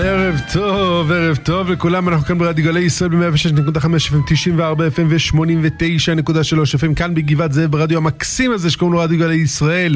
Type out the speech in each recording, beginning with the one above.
ערב טוב לכולם, אנחנו כאן ברדיו גלי ישראל ב-106.5 FM, 94 FM ו-89.3 FM, כאן בגבעת זאב ברדיו המקסים הזה שקוראים לו רדיו גלי ישראל.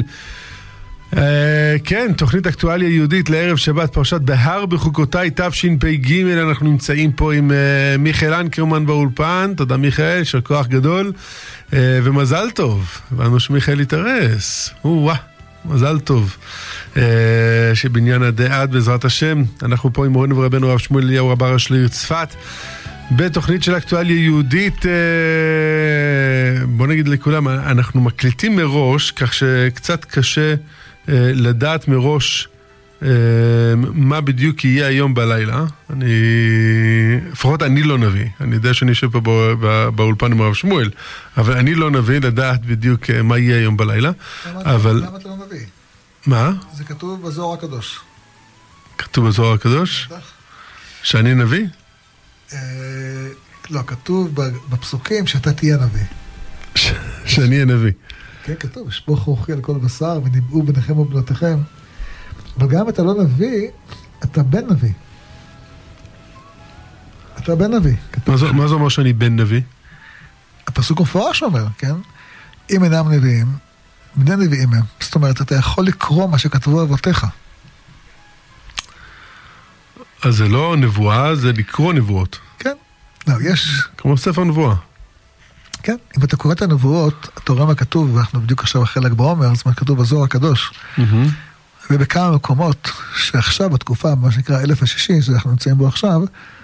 כן, תוכנית אקטואליה יהודית לערב שבת, פרשת בהר בחוקותיי תשפ"ג. אנחנו נמצאים פה עם מיכאל אנקרמן באולפן. תודה מיכאל, של כוח גדול ומזל טוב, הבנו שמיכאל יתארס. מזל טוב, שבניין עד בעזרת השם. אנחנו פה עם מורנו ורבנו הרב שמואל אליהו רב הראשי לעיר צפת בתוכנית של אקטואליה יהודית. בוא נגיד לכולם, אנחנו מקליטים מראש, כך שקצת קשה לדעת מראש מה בדיוק יהיה היום בלילה. לפחות אני לא נביא, אני יודע שאני יושב פה באולפן עם הרב שמואל, אבל אני לא נביא לדעת בדיוק מה יהיה היום בלילה. למה אתה לא נביא? מה? זה כתוב בזוהר הקדוש. כתוב בזוהר הקדוש? שאני נביא? לא, כתוב בפסוקים שאתה תהיה נביא. שאני אהיה נביא. כן, כתוב, שפוך רוחי על כל בשר וניבאו בניכם ובנותיכם. אבל גם אם אתה לא נביא, אתה בן נביא. אתה בן נביא. מה זה אומר שאני בן נביא? הפסוק מפורש אומר, כן? אם אינם נביאים, בני נביאים הם. זאת אומרת, אתה יכול לקרוא מה שכתבו אבותיך. אז זה לא נבואה, זה לקרוא נבואות. כן. לא, יש... כמו ספר נבואה. כן. אם אתה קורא את הנבואות, אתה רואה מה כתוב, ואנחנו בדיוק עכשיו אחרי ל"ג בעומר, אז מה כתוב בזוהר הקדוש. ובכמה מקומות שעכשיו, בתקופה, מה שנקרא 1060, שאנחנו נמצאים בו עכשיו,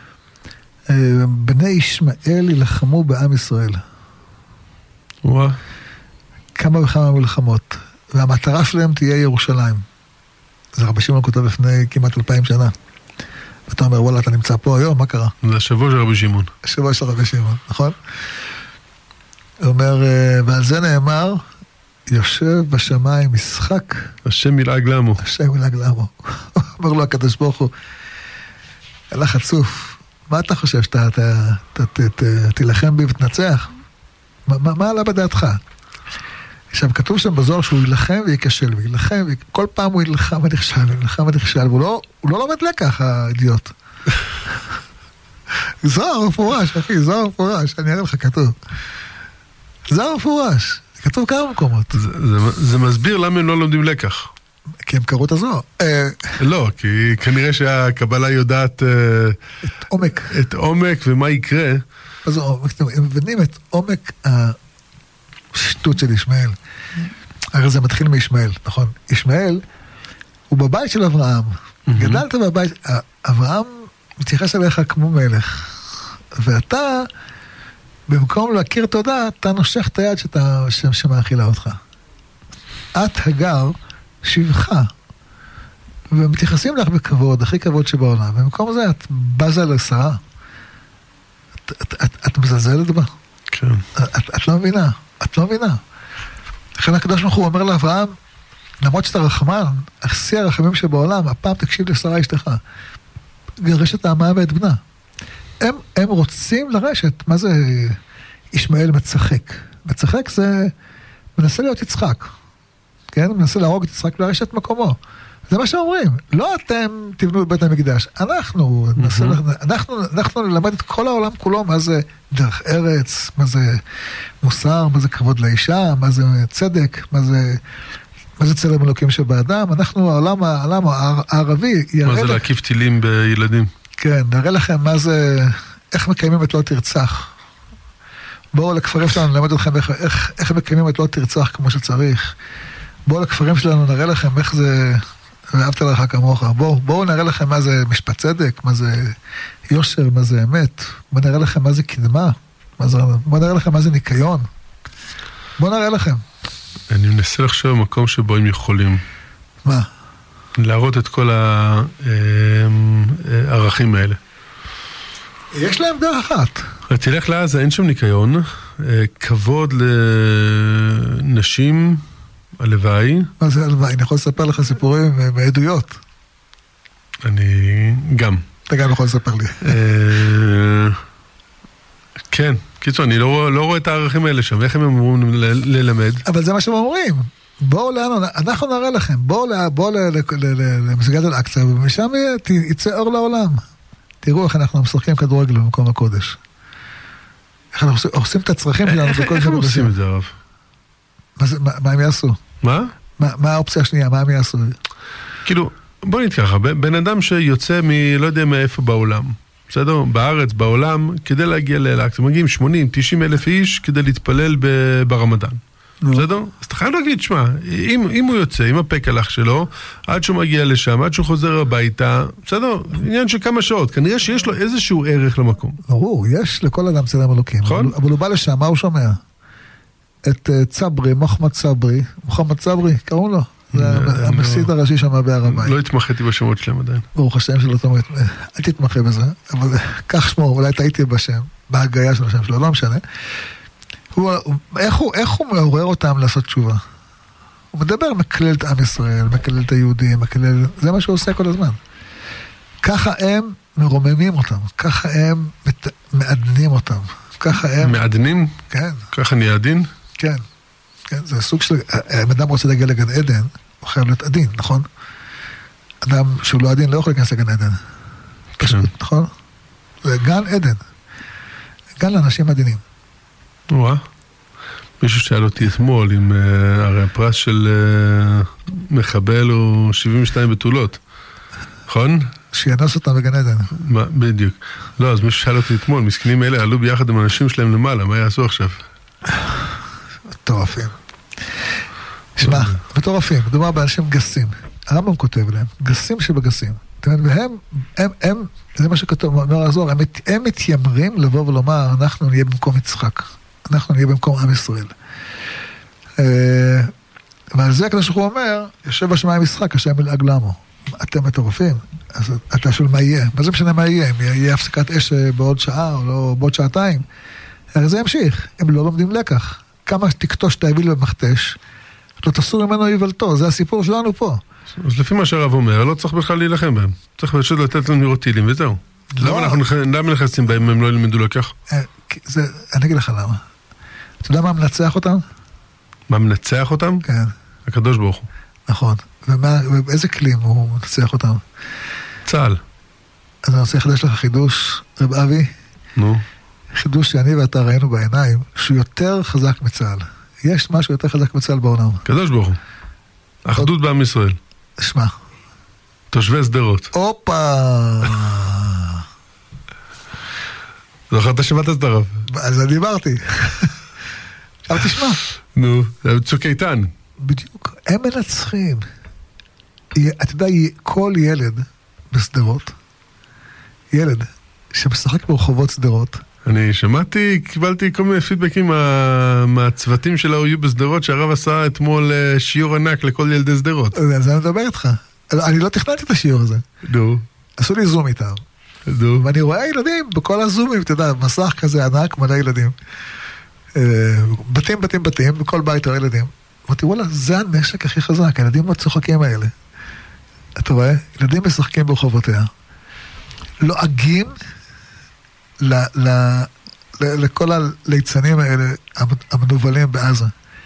בני ישמעאל ילחמו בעם ישראל. וואו. כמה וכמה מלחמות. והמטרה שלהם תהיה ירושלים. זה רבי שמעון כותב לפני כמעט 2000 שנה. ואתה אומר, וואלה, אתה נמצא פה היום, מה קרה? זה השבוע של רבי שמעון. השבוע של רבי שמעון, נכון? הוא אומר, ועל זה נאמר, יושב בשמיים משחק. השם ילעג למו. השם ילעג למו. אומר לו הקדוש ברוך הוא, אלא חצוף, מה אתה חושב שאתה תילחם בי ותנצח? מה עלה בדעתך? עכשיו, כתוב שם בזוהר שהוא ילחם ויקשל, וילחם, כל פעם הוא ילחם ונכשל, והוא לא לומד לקח, האידיוט. זוהר מפורש, אחי, זוהר מפורש, אני אראה לך כתוב. זוהר מפורש, כתוב כמה מקומות. זה מסביר למה הם לא לומדים לקח. כי הם קראו את הזוהר. לא, כי כנראה שהקבלה יודעת את עומק ומה יקרה. אז הם מבינים את עומק השטות של ישמעאל. הרי זה מתחיל מישמעאל, נכון? ישמעאל הוא בבית של אברהם. גדלת בבית, אברהם מתייחס אליך כמו מלך. ואתה, במקום להכיר תודה, אתה נושך את היד שמאכילה אותך. את הגר שבחה, ומתייחסים לך בכבוד, הכי כבוד שבעולם. במקום זה את בזה לשרה. את מזלזלת בה. כן. את לא מבינה. את לא מבינה. לכן הקדוש ברוך הוא אומר לאברהם, למרות שאתה רחמן, שיא הרחמים שבעולם, הפעם תקשיב לשרה אשתך. גרש את האמה ואת בנה. הם רוצים לרשת. מה זה ישמעאל מצחק? מצחק זה מנסה להיות יצחק. כן? מנסה להרוג את יצחק ולרשת מקומו. זה מה שאומרים. לא אתם תבנו את בית המקדש. אנחנו נלמד את כל העולם כולו, מה זה דרך ארץ, מה זה מוסר, מה זה כבוד לאישה, מה זה צדק, מה זה צלם אלוקים שבאדם. אנחנו, העולם הערבי, מה זה להקיף טילים בילדים? כן, נראה לכם מה זה, איך מקיימים את לא תרצח. בואו לכפרים שלנו, נלמד אתכם איך מקיימים את לא תרצח כמו שצריך. בואו לכפרים שלנו, נראה לכם איך זה, ואהבת לך כמוך. בואו נראה לכם מה זה משפט צדק, מה זה יושר, מה זה אמת. בואו נראה לכם מה זה קדמה. בואו נראה לכם מה זה ניקיון. בואו נראה לכם. אני מנסה לחשוב במקום שבו הם יכולים. מה? להראות את כל הערכים האלה. יש להם דרך אחת. תלך לעזה, אין שם ניקיון. כבוד לנשים, הלוואי. מה זה הלוואי? אני יכול לספר לך סיפורים מעדויות. אני גם. אתה גם יכול לספר לי. כן, קיצור, אני לא רואה את הערכים האלה שם. איך הם אמורים ללמד? אבל זה מה שהם אומרים. בואו לאן, אנחנו נראה לכם, בואו למסגד אל-אקצא, ומשם יצא אור לעולם. תראו איך אנחנו משחקים כדורגל במקום הקודש. איך אנחנו עושים את הצרכים שלנו בקודש הקודש. איך הם עושים את זה, הרב? מה הם יעשו? מה? מה האופציה השנייה? מה הם יעשו? כאילו, בוא נתקח ככה, בן אדם שיוצא לא יודע מאיפה בעולם, בסדר? בארץ, בעולם, כדי להגיע לאל-אקצא, מגיעים 80-90 אלף איש כדי להתפלל ברמדאן. בסדר? אז אתה חייב להגיד, שמע, אם הוא יוצא עם הפקלח שלו, עד שהוא מגיע לשם, עד שהוא חוזר הביתה, בסדר? עניין של כמה שעות, כנראה שיש לו איזשהו ערך למקום. ברור, יש לכל אדם צלם אלוקים. נכון? אבל הוא בא לשם, מה הוא שומע? את צברי, מוחמד צברי, קראו לו. זה המסית הראשי שם בהר הבית. לא התמחיתי בשמות שלהם עדיין. ברוך השם שלו, אל תתמחה בזה, אבל כך שמו, אולי טעיתי בשם, בהגיה של השם שלו, לא משנה. איך הוא מעורר אותם לעשות תשובה? הוא מדבר, מקלל את עם ישראל, מקלל את היהודים, זה מה שהוא עושה כל הזמן. ככה הם מרוממים אותם, ככה הם מעדנים אותם, ככה הם... מעדנים? כן. ככה נהיה עדין? כן, כן, זה סוג של... אדם רוצה להגיע לגן עדן, הוא חייב להיות עדין, נכון? אדם שהוא לא עדין לא יכול להיכנס לגן עדן. פשוט, נכון? זה גן עדן. גן לאנשים עדינים. וואה. מישהו שאל אותי אתמול אם הרי הפרס של מחבל הוא 72 בתולות. נכון? שינוס אותם בגן עדן. מה, בדיוק. לא, אז מישהו שאל אותי אתמול, מסכנים אלה עלו ביחד עם אנשים שלהם למעלה, מה יעשו עכשיו? מטורפים. שמע, מטורפים, מדובר באנשים גסים. הרמב"ם כותב להם, גסים שבגסים. והם, זה מה שכתוב, אומר הזוהר, הם מתיימרים לבוא ולומר, אנחנו נהיה במקום יצחק. אנחנו נהיה במקום עם ישראל. ועל זה הקדוש ברוך הוא אומר, יושב בשמיים ישחק, השם ילעג לעמו. אתם מטורפים, אז אתה שואל מה יהיה? מה זה משנה מה יהיה? אם יהיה הפסקת אש בעוד שעה או לא בעוד שעתיים? הרי זה ימשיך, הם לא לומדים לקח. כמה תקטוש תאוויל במכתש, לא תסור ממנו יבלתו, זה הסיפור שלנו פה. אז לפי מה שהרב אומר, לא צריך בכלל להילחם בהם. צריך פשוט לתת לנו לראות טילים וזהו. למה נכנסים בהם אם הם לא ילמדו לקח? אני אגיד לך למה. אתה יודע מה מנצח אותם? מה מנצח אותם? כן. הקדוש ברוך הוא. נכון. ובאיזה כלים הוא מנצח אותם? צה"ל. אז אני רוצה לחדש לך חידוש, רב אבי. נו. חידוש שאני ואתה ראינו בעיניים, שהוא יותר חזק מצה"ל. יש משהו יותר חזק מצה"ל בעולם. הקדוש ברוך הוא. אחדות בעם ישראל. שמע. תושבי שדרות. הופה. זוכרת שבת את הרב. אז אני דיברתי. אבל תשמע. נו, צוק איתן. בדיוק. הם מנצחים. אתה יודע, כל ילד בסדרות, ילד שמשחק ברחובות סדרות, אני שמעתי, קיבלתי כל מיני פידבקים מהצוותים של האויו בסדרות, שהרב עשה אתמול שיעור ענק לכל ילדי סדרות. אז אני מדבר איתך. אני לא תכננתי את השיעור הזה. נו. עשו לי זום איתם. נו. ואני רואה ילדים בכל הזומים, אתה יודע, מסך כזה ענק, מלא ילדים. בתים, בכל בית רואה ילדים. אמרתי, וואלה, זה הנשק הכי חזק, הילדים הצוחקים האלה. אתה רואה? ילדים משחקים ברחובותיה. לועגים לכל הליצנים האלה המנובלים בעזה.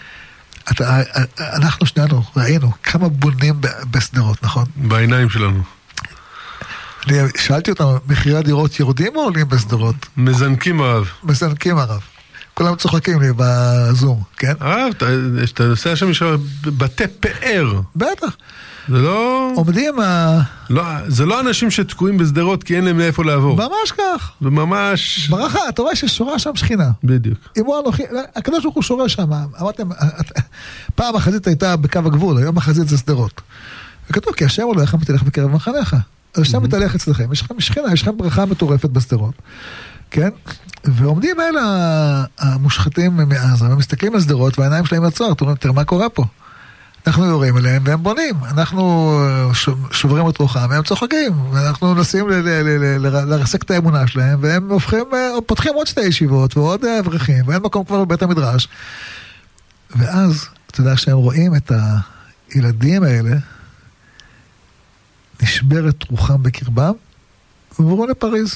אנחנו שנינו ראינו כמה בונים בסדרות, נכון? בעיניים שלנו. אני שאלתי אותם, מחירי הדירות יורדים או עולים בסדרות? מזנקים הרב. מזנקים הרב. כולם צוחקים לי בזום, כן? אתה נוסע שם בתי פאר. בטח. זה לא... עומדים זה לא אנשים שתקועים בסדרות כי אין להם לאיפה לעבור. ממש כך. זה ממש... ברכה, אתה רואה ששורה שם שכינה. בדיוק. הקדוש ברוך הוא שורה שם. אמרתם, פעם החזית הייתה בקו הגבול, היום החזית זה סדרות. וכתוב, כי השם הולך מתהלך בקרב מחניך. אז השם מתהלך אצלכם, יש לכם שכינה, יש לכם ברכה מטורפת בסדרות. כן? ועומדים אלה המושחתים מעזה, ומסתכלים על סדרות, והעיניים שלהם יצאות, אומרים, תראה מה קורה פה. אנחנו יורים אליהם והם בונים, אנחנו שוברים את רוחם והם צוחקים, ואנחנו נסים לרסק את האמונה שלהם, והם פותחים עוד שתי ישיבות ועוד אברכים, ואין מקום כבר בבית המדרש. ואז, אתה יודע שהם רואים את הילדים האלה, נשברת רוחם בקרבם, ועברו לפריז.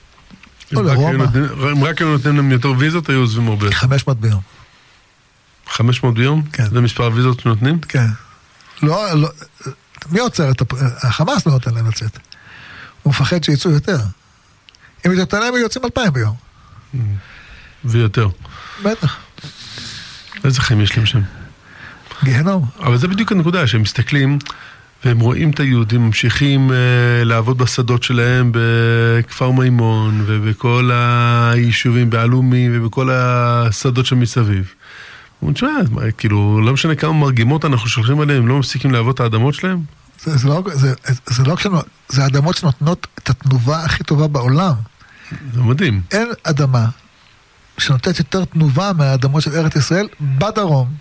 או לרומא. אם רק היו נותנים להם יותר ויזות, היו עוזבים הרבה. 500 ביום. 500 ביום? כן. זה מספר הוויזות שנותנים? כן. לא, מי עוצר את החמאס לא נותן להם לצאת. הוא מפחד שיצאו יותר. אם יצאו להם, יוצאים 2,000 ביום. ויותר. בטח. איזה חיים יש להם שם? גיהנום. אבל זה בדיוק הנקודה, שהם מסתכלים והם רואים את היהודים, ממשיכים לעבוד בשדות שלהם בכפר מימון ובכל היישובים בעלומי ובכל השדות שמסביב. הוא תשמע, כאילו, לא משנה כמה מרגימות אנחנו שולחים עליהם, הם לא מפסיקים לעבוד את האדמות שלהם? זה לא כשנו, זה האדמות שנותנות את התנובה הכי טובה בעולם. זה מדהים. אין אדמה שנותנת יותר תנובה מהאדמות של ארץ ישראל בדרום.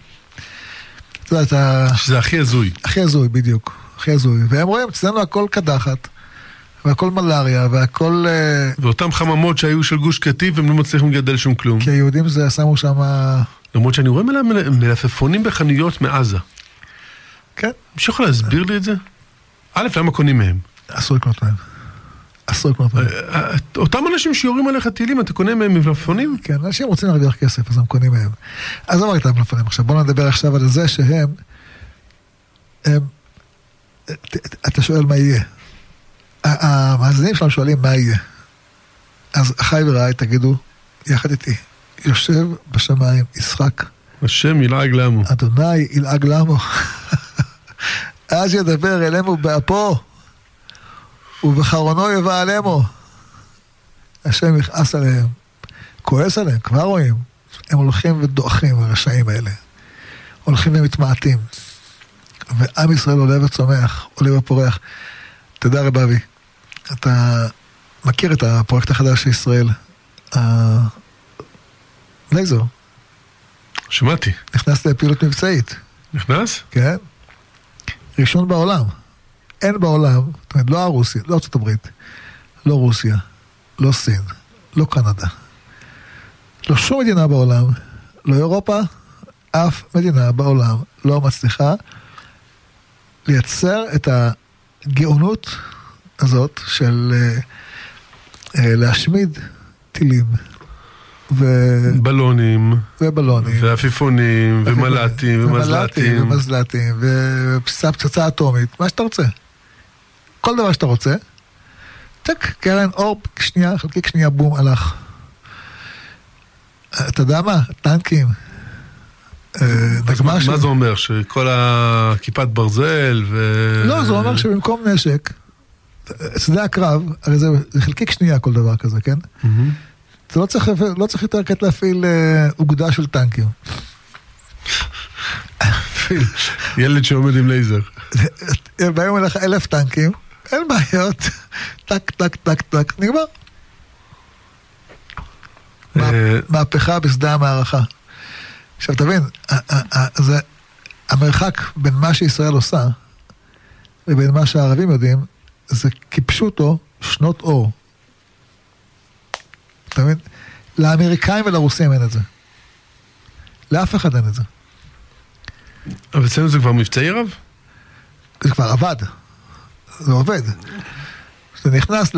שזה הכי הזוי. הכי הזוי, בדיוק. הכי הזוי. והם רואים, אצלנו הכל קדחת, והכל מלאריה, והכל... ואותם חממות שהיו של גוש קטיף, הם לא מצליחים לגדל שום כלום. כי היהודים זה שמו שם... למרות שאני רואה מלפפונים בחנויות מעזה. כן. מישהו יכול להסביר לי את זה? א', למה קונים מהם? אסור לקנות מהם. אסור לקנות מהם. אותם אנשים שיורים עליך טילים, אתה קונה מהם מלפפונים? כן, אנשים רוצים להרוויח כסף, אז הם קונים מהם. אז לא רק את המלפפונים. עכשיו, בואו נדבר עכשיו על זה שהם... אתה שואל מה יהיה. המאזינים שלנו שואלים מה יהיה. אז אחי ורעי תגידו, יחד איתי, יושב בשמיים, ישחק. השם ילעג למו. אדוני ילעג למו. אז ידבר אלינו באפו, ובחרונו יבעלמו. השם יכעס עליהם, כועס עליהם, כבר רואים. הם הולכים ודוחים, הרשעים האלה. הולכים ומתמעטים. ועם ישראל עולה וצומח, עולה ופורח. תודה רבה אבי. אתה מכיר את הפרויקט החדש של ישראל, לייזר. שמעתי. נכנס לפעילות מבצעית. נכנס? כן. ראשון בעולם. אין בעולם, זאת אומרת, לא רוסיה, לא ארצות הברית, לא רוסיה, לא סין, לא קנדה. לא שום מדינה בעולם, לא אירופה, אף מדינה בעולם לא מצליחה לייצר את הגאונות הזאת של להשמיד טילים בלונים ובלונים ועפיפונים ומל"טים ומזל"טים ופצצה אטומית, מה שאתה רוצה, כל דבר שאתה רוצה. צ'ק, קרן אור שנייה, חלקיק שנייה, בום, הלך. אתה יודע מה? טנקים, מה זה אומר? שכל הכיפת ברזל לא, זה אומר שבמקום נשק, שדה הקרב, הרי זה חלקיק שנייה כל דבר כזה, כן? אתה לא צריך יותר כעת להפעיל אוגדה של טנקים. ילד שעומד עם לייזר. באים אליך 1,000 טנקים, אין בעיות, טק, טק, טק, טק, נגמר. מהפכה בשדה המערכה. עכשיו תבין, המרחק בין מה שישראל עושה לבין מה שהערבים יודעים, זה כיפשו אותו שנות אור. אתה מבין? לאמריקאים ולרוסים אין את זה. לאף אחד אין את זה. אבל אצלנו זה כבר מבצעי רב? זה כבר עבד. זה עובד. זה נכנס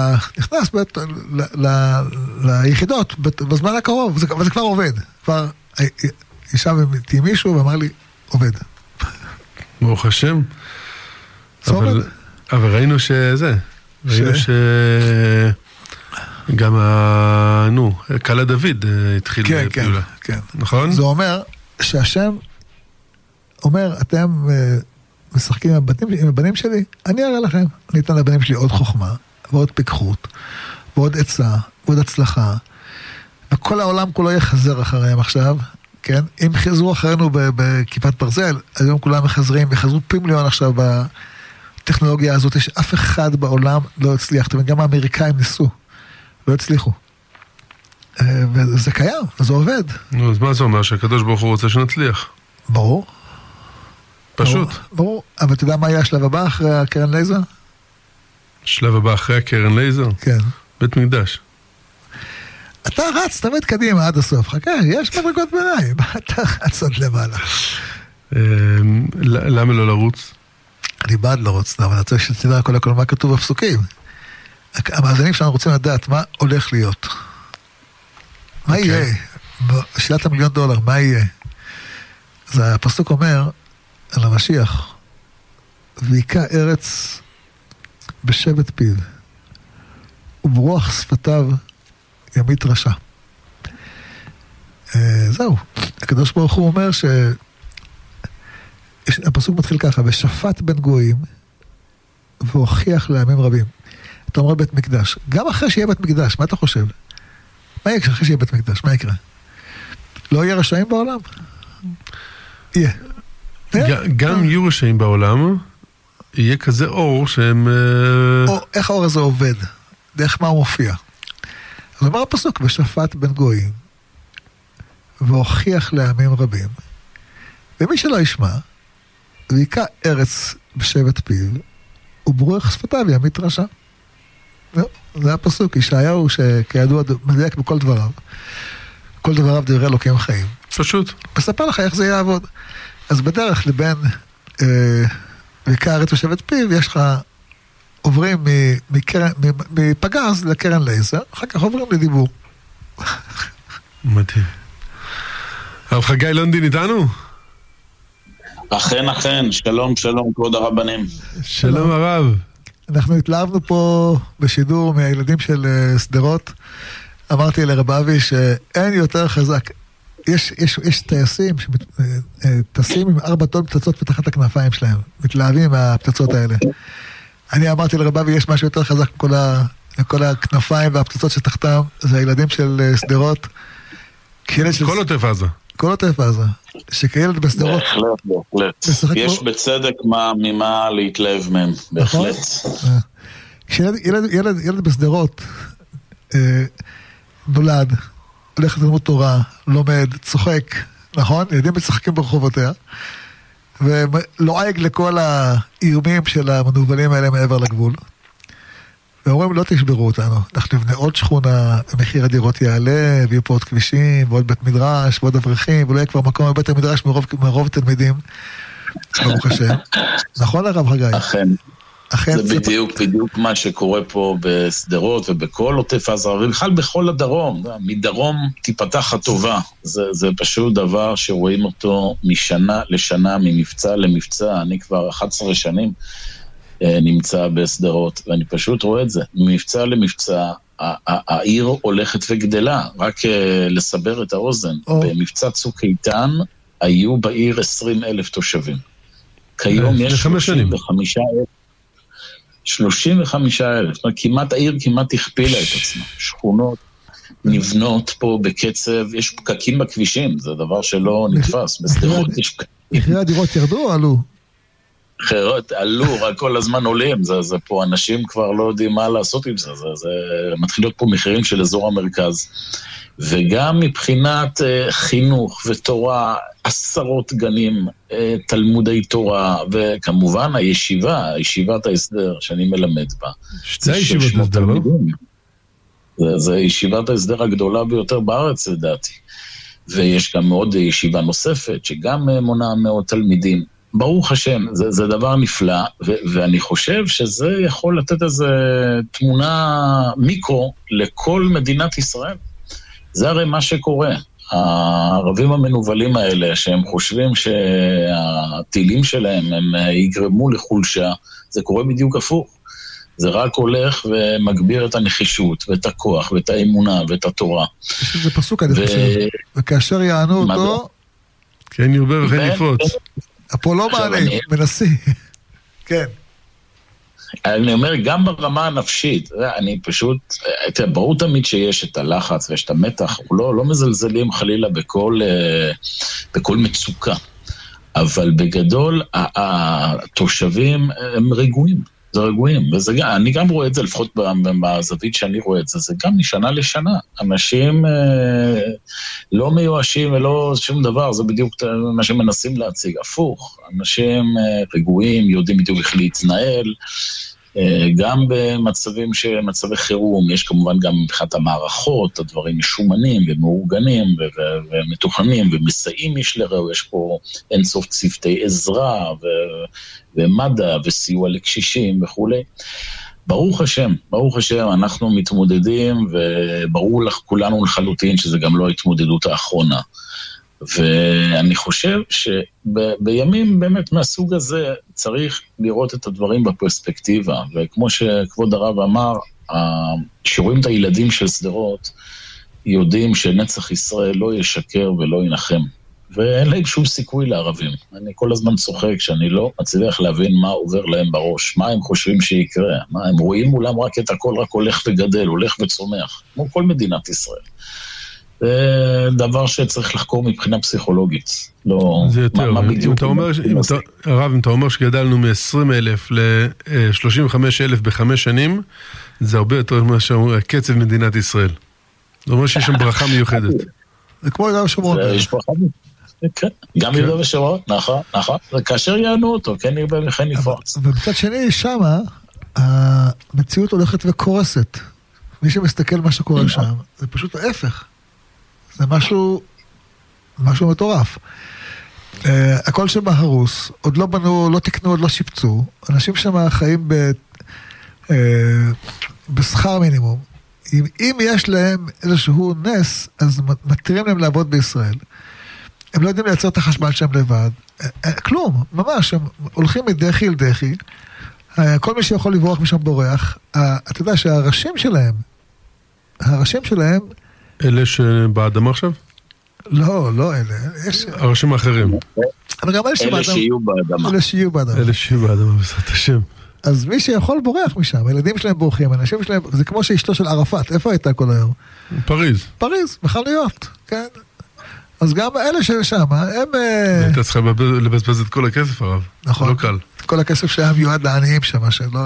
ליחידות בזמן הקרוב, וזה כבר עובד. כבר ישב איתי מישהו ואמר לי, עובד. ברוך השם. אבל ראינו שזה. ראינו גם קהל דוד התחיל פעולה. כן. נכון? זה אומר שהשם אומר, אתם משחקים עם הבנים שלי, אני אראה לכם. אני אתן לבנים שלי עוד חוכמה, ועוד פיקחות, ועוד עצה, ועוד הצלחה. וכל העולם כולו יחזר אחריהם עכשיו, כן? אם חזרו אחרינו בכיפת ברזל, היום כולם מחזרים, וחזרו פי מיליון עכשיו בטכנולוגיה הזאת, שאף אחד בעולם לא הצליח. גם האמריקאים ניסו, לא הצליחו. וזה קיים, וזה עובד. נו, אז מה זה אומר? שהקדוש ברוך הוא רוצה שנצליח? ברור. פשוט. ברור. אבל אתה יודע מה יהיה השלב הבא אחרי הקרן לייזר? השלב הבא אחרי הקרן לייזר? כן. בית מקדש. אתה רץ תמיד קדימה עד הסוף. חכה, יש מדרגות ביניים. אתה רץ עד למעלה. למה לא לרוץ? אני בעד לרוץ, אבל אני רוצה שתדע כל מה כתוב בפסוקים. המאזינים שלנו רוצים לדעת מה הולך להיות. מה יהיה? שאלת $1,000,000, מה יהיה? אז הפסוק אומר על המשיח, ויקע ארץ בשבט פיו, וברוח שפתיו ימית רשע. זהו, הקדוש ברוך הוא אומר הפסוק מתחיל ככה, ושפט בין גויים, והוכיח לעמים רבים. אתה אומר בית מקדש, גם אחרי שיהיה בית מקדש, מה אתה חושב? מה יהיה אחרי שיהיה בית מקדש? מה יקרה? לא יהיה רשעים בעולם? יהיה. גם יהיו רשעים בעולם, יהיה כזה אור שהם... איך האור הזה עובד? דרך מה הוא מופיע? אז אומר הפסוק, ושפט בין גויים, והוכיח לעמים רבים, ומי שלא ישמע, ויקע ארץ בשבט פיו, וברוח שפתיו ימית רשע. זה הפסוק, ישעיהו שכידוע מדייק בכל דבריו. כל דבריו דברי אלוקים חיים. פשוט. מספר לך איך זה יעבוד. אז בדרך לבין ויקע ארץ בשבט פיו, יש לך עוברים מפגז לקרן לייזר, אחר כך עוברים לדיבור. מדהים. הרב חגי לונדין איתנו? אכן, שלום, כבוד הרבנים. שלום הרב. אנחנו התלהבנו פה בשידור מהילדים של סדרות. אמרתי לרב אבי שאין יותר חזק. יש טייסים שטסים עם 4 טון פצצות בתחת הכנפיים שלהם. מתלהבים מהפצצות האלה. אני אמרתי לרב אבי, יש משהו יותר חזק מכל הכנפיים והפצצות שתחתם. זה הילדים של סדרות. כל עוטף עזה. כל עוטף עזה. שכילד בסדרות... בהחלט. יש בצדק ממה להתלהב מהם. בהחלט. כשילד בסדרות נולד, הולך ללמוד תורה, לומד, צוחק, נכון? ילדים משחקים ברחובותיה, ולועג לכל האיומים של המנוולים האלה מעבר לגבול. ואומרים, לא תשברו אותנו, אנחנו נבנה עוד שכונה, מחיר הדירות יעלה, ויהיו פה עוד כבישים, ועוד בית מדרש, ועוד אברכים, ולא יהיה כבר מקום בבית המדרש מרוב תלמידים. ברוך השם. נכון הרב חגי? אכן. זה בדיוק מה שקורה פה בסדרות ובכל עוטף עזה, ובכלל בכל הדרום. מדרום תיפתח הטובה. זה פשוט דבר שרואים אותו משנה לשנה, ממבצע למבצע. אני כבר 11 שנים נמצא בסדרות, ואני פשוט רואה את זה. ממבצע למבצע, העיר הולכת וגדלה. רק לסבר את האוזן. במבצע צוק איתן היו בעיר 20,000 תושבים. כיום יש 35,000. 35,000. כמעט העיר כמעט הכפילה את עצמה. שכונות נבנות פה בקצב, יש פקקים בכבישים, זה דבר שלא נתפס. בסדרות יש פקקים. מחירי הדירות ירדו או עלו? עלו, רק כל הזמן עולים, זה פה אנשים כבר לא יודעים מה לעשות עם זה, זה מתחיל להיות פה מחירים של אזור המרכז, וגם מבחינת חינוך ותורה, 10 גנים, תלמודי תורה, וכמובן ישיבת ההסדר שאני מלמד בה. שתי ישיבות ההסדר, לא? זה ישיבת ההסדר הגדולה ביותר בארץ, לדעתי. ויש גם עוד ישיבה נוספת, שגם מונה מאות תלמידים. ברוך השם, זה דבר נפלא, ואני חושב שזה יכול לתת איזו תמונה מיקרו לכל מדינת ישראל. זה הרי מה שקורה. הערבים המנובלים האלה, שהם חושבים שהטילים שלהם הם יגרמו לחולשה, זה קורה בדיוק הפוך. זה רק הולך ומגביר את הנחישות, ואת הכוח, ואת האמונה, ואת התורה. זה פסוק, אני חושב. וכאשר יענו אותו... כן ירבה וכן יפרוץ. פה לא מעלים, מנסים. כן. אני אומר, גם ברמה הנפשית, אני פשוט, ברור תמיד שיש את הלחץ ויש את המתח, לא מזלזלים חלילה בכל מצוקה, אבל בגדול, התושבים הם רגועים. זה רגועים, אני גם רואה את זה, לפחות בזווית שאני רואה את זה, זה גם משנה לשנה. אנשים לא מיואשים ולא שום דבר, זה בדיוק מה שמנסים להציג. הפוך, אנשים רגועים, יודעים בדיוק איך להתנהל, גם במצבים מצבי חירום, יש כמובן גם מבחינת המערכות, הדברים משומנים ומאורגנים ומתוכנים ומסייעים איש לרעהו, יש פה אינסוף צוותי עזרה ומדע וסיוע לקשישים וכו'. ברוך השם, אנחנו מתמודדים, וברור לך כולנו לחלוטין שזה גם לא ההתמודדות האחרונה. ואני חושב שבימים באמת מהסוג הזה צריך לראות את הדברים בפרספקטיבה, וכמו שכבוד הרב אמר, שרואים את הילדים של סדרות, יודעים שנצח ישראל לא ישקר ולא ינחם. ואין להם שום סיכוי לערבים. אני כל הזמן צוחק שאני לא מצליח להבין מה עובר להם בראש, מה הם חושבים שיקרה, מה הם רואים מולם רק את הכל רק הולך וגדל, הולך וצומח, כמו כל מדינת ישראל. זה דבר שצריך לחקור מבחינה פסיכולוגית. לא, זה יותר, אם אתה אומר שגדלנו מ-20,000 ל-35,000 ב5 שנים, זה הרבה יותר ממה שקצב מדינת ישראל. זאת אומרת שיש שם ברכה מיוחדת. זה כמו יהודה ושומרון. יש ברכה מיוחדת. גם יהודה ושומרון, נכון. כאשר יענו אותו, כן ירבה וכן יפרוץ. ובצד שני, שמה, המציאות הולכת וקורסת. מי שמסתכל מה שקורה שם, זה פשוט ההפך. זה משהו מטורף. הכל שם הרוס, עוד לא בנו, לא תקנו, עוד לא שיפצו. אנשים שם חיים בשכר מינימום. אם יש להם איזשהו נס, אז מתירים להם לעבוד בישראל. הם לא יודעים לייצר את החשמל שם לבד. כלום, ממש, הם הולכים מדחי אל דחי. כל מי שיכול לברוח משם בורח. אתה יודע שהראשים שלהם, אלה שבאדמה עכשיו? לא אלה. הראשים האחרים. אבל גם אלה שיהיו באדמה. אלה שיהיו באדמה, בעזרת השם. אז מי שיכול בורח משם, הילדים שלהם בורחים, אנשים שלהם, זה כמו שאשתו של ערפאת, איפה הייתה כל היום? פריז, בחנויות, כן. אז גם אלה ששם, הם... היית צריכה לבזבז את כל הכסף, הרב. נכון. לא קל. כל הכסף שהיה מיועד לעניים שם, שלא...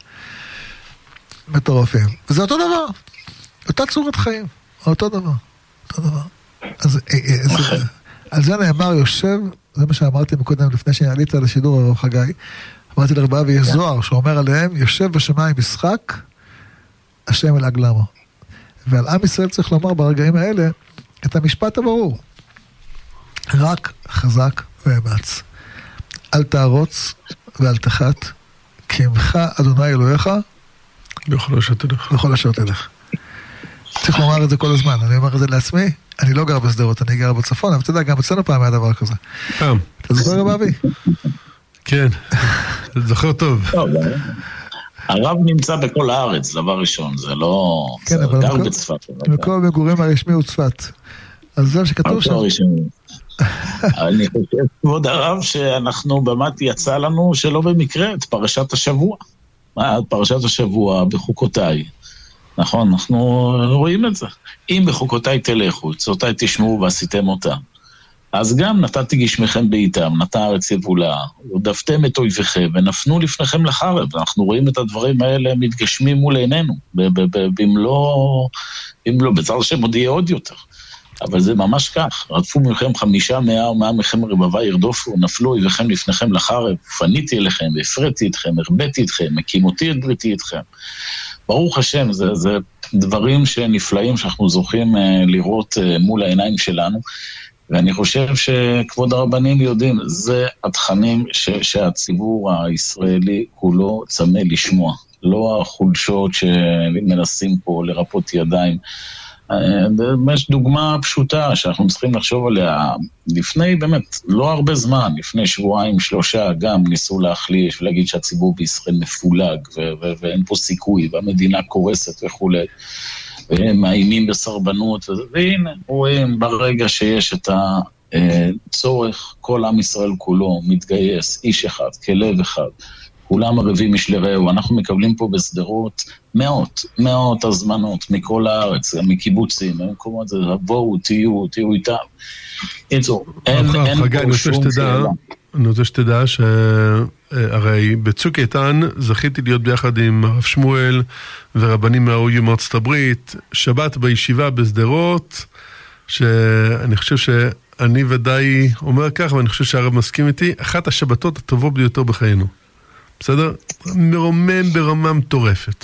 מטורפים. וזה אותו דבר. אותה צורת חיים. אותו דבר. אז על זה נאמר יושב, זה מה שאמרתי מקודם, לפני שעלית לשידור הרב חגי, אמרתי לרב אבי, יש זוהר שאומר עליהם, יושב בשמיים משחק, השם אל עגלמו. ועל עם ישראל צריך לומר ברגעים האלה, את המשפט הברור. רק חזק ואמץ. אל תערוץ ואל תחת, כי עמך אדוני אלוהיך, בכל אשר תלך. בכל אשר תלך. צריך לומר את זה כל הזמן, אני אומר את זה לעצמי, אני לא גר בסדרות, אני גר בצפון, אבל אתה יודע, גם אצלנו פעם היה דבר כזה. פעם. אתה זוכר רב אבי? כן, זוכר טוב. הרב נמצא בכל הארץ, דבר ראשון, זה לא... כן, אבל גר בצפת. מקום המגורים הרשמי הוא צפת. אז זה שכתוב שם. אני חושב, כבוד הרב, שאנחנו באמת יצא לנו שלא במקרה את פרשת השבוע. פרשת השבוע בחוקותיי. נכון, אנחנו רואים את זה. אם בחוקותיי תלכו, צאותיי תשמעו ועשיתם אותם. אז גם נתתי גשמכם בעיתם, נתן הארץ יבולה, ודפתם את אויביכם, ונפנו לפניכם לחרב. אנחנו רואים את הדברים האלה מתגשמים מול עינינו, במלוא, בצד השם עוד יהיה עוד יותר. אבל זה ממש כך, רדפו מכם 500 או 100 מכם רבבה ירדופו, נפלו אויביכם לפניכם לחרב, פניתי אליכם, והפרתי אתכם, הרבתי אתכם, הקימותי את בריתי אתכם. ברוך השם, זה דברים שנפלאים שאנחנו זוכים לראות מול העיניים שלנו, ואני חושב שכבוד הרבנים יודעים, זה התכנים שהציבור הישראלי כולו צמא לשמוע, לא החולשות שמנסים פה לרפות ידיים. יש דוגמה פשוטה שאנחנו צריכים לחשוב עליה, לפני באמת לא הרבה זמן, לפני 2-3 גם ניסו להחליש ולהגיד שהציבור בישראל מפולג ואין פה סיכוי והמדינה קורסת וכו'. והם מאיימים בסרבנות, והנה, רואים ברגע שיש את הצורך, כל עם ישראל כולו מתגייס, איש אחד, כלב אחד, כולם ערבים איש לרעהו, אנחנו מקבלים פה בסדרות מאות הזמנות מכל הארץ, מקיבוצים, במקומות זה, בואו, תהיו איתם. אין פה שום שאלה. אני רוצה שתדע שהרי בצוק איתן זכיתי להיות ביחד עם הרב שמואל ורבנים מהאו"ם מארצות הברית, שבת בישיבה בסדרות, שאני חושב שאני ודאי אומר כך, ואני חושב שהרב מסכים איתי, אחת השבתות הטובות ביותר בחיינו. בסדר? מרומם ברמה מטורפת.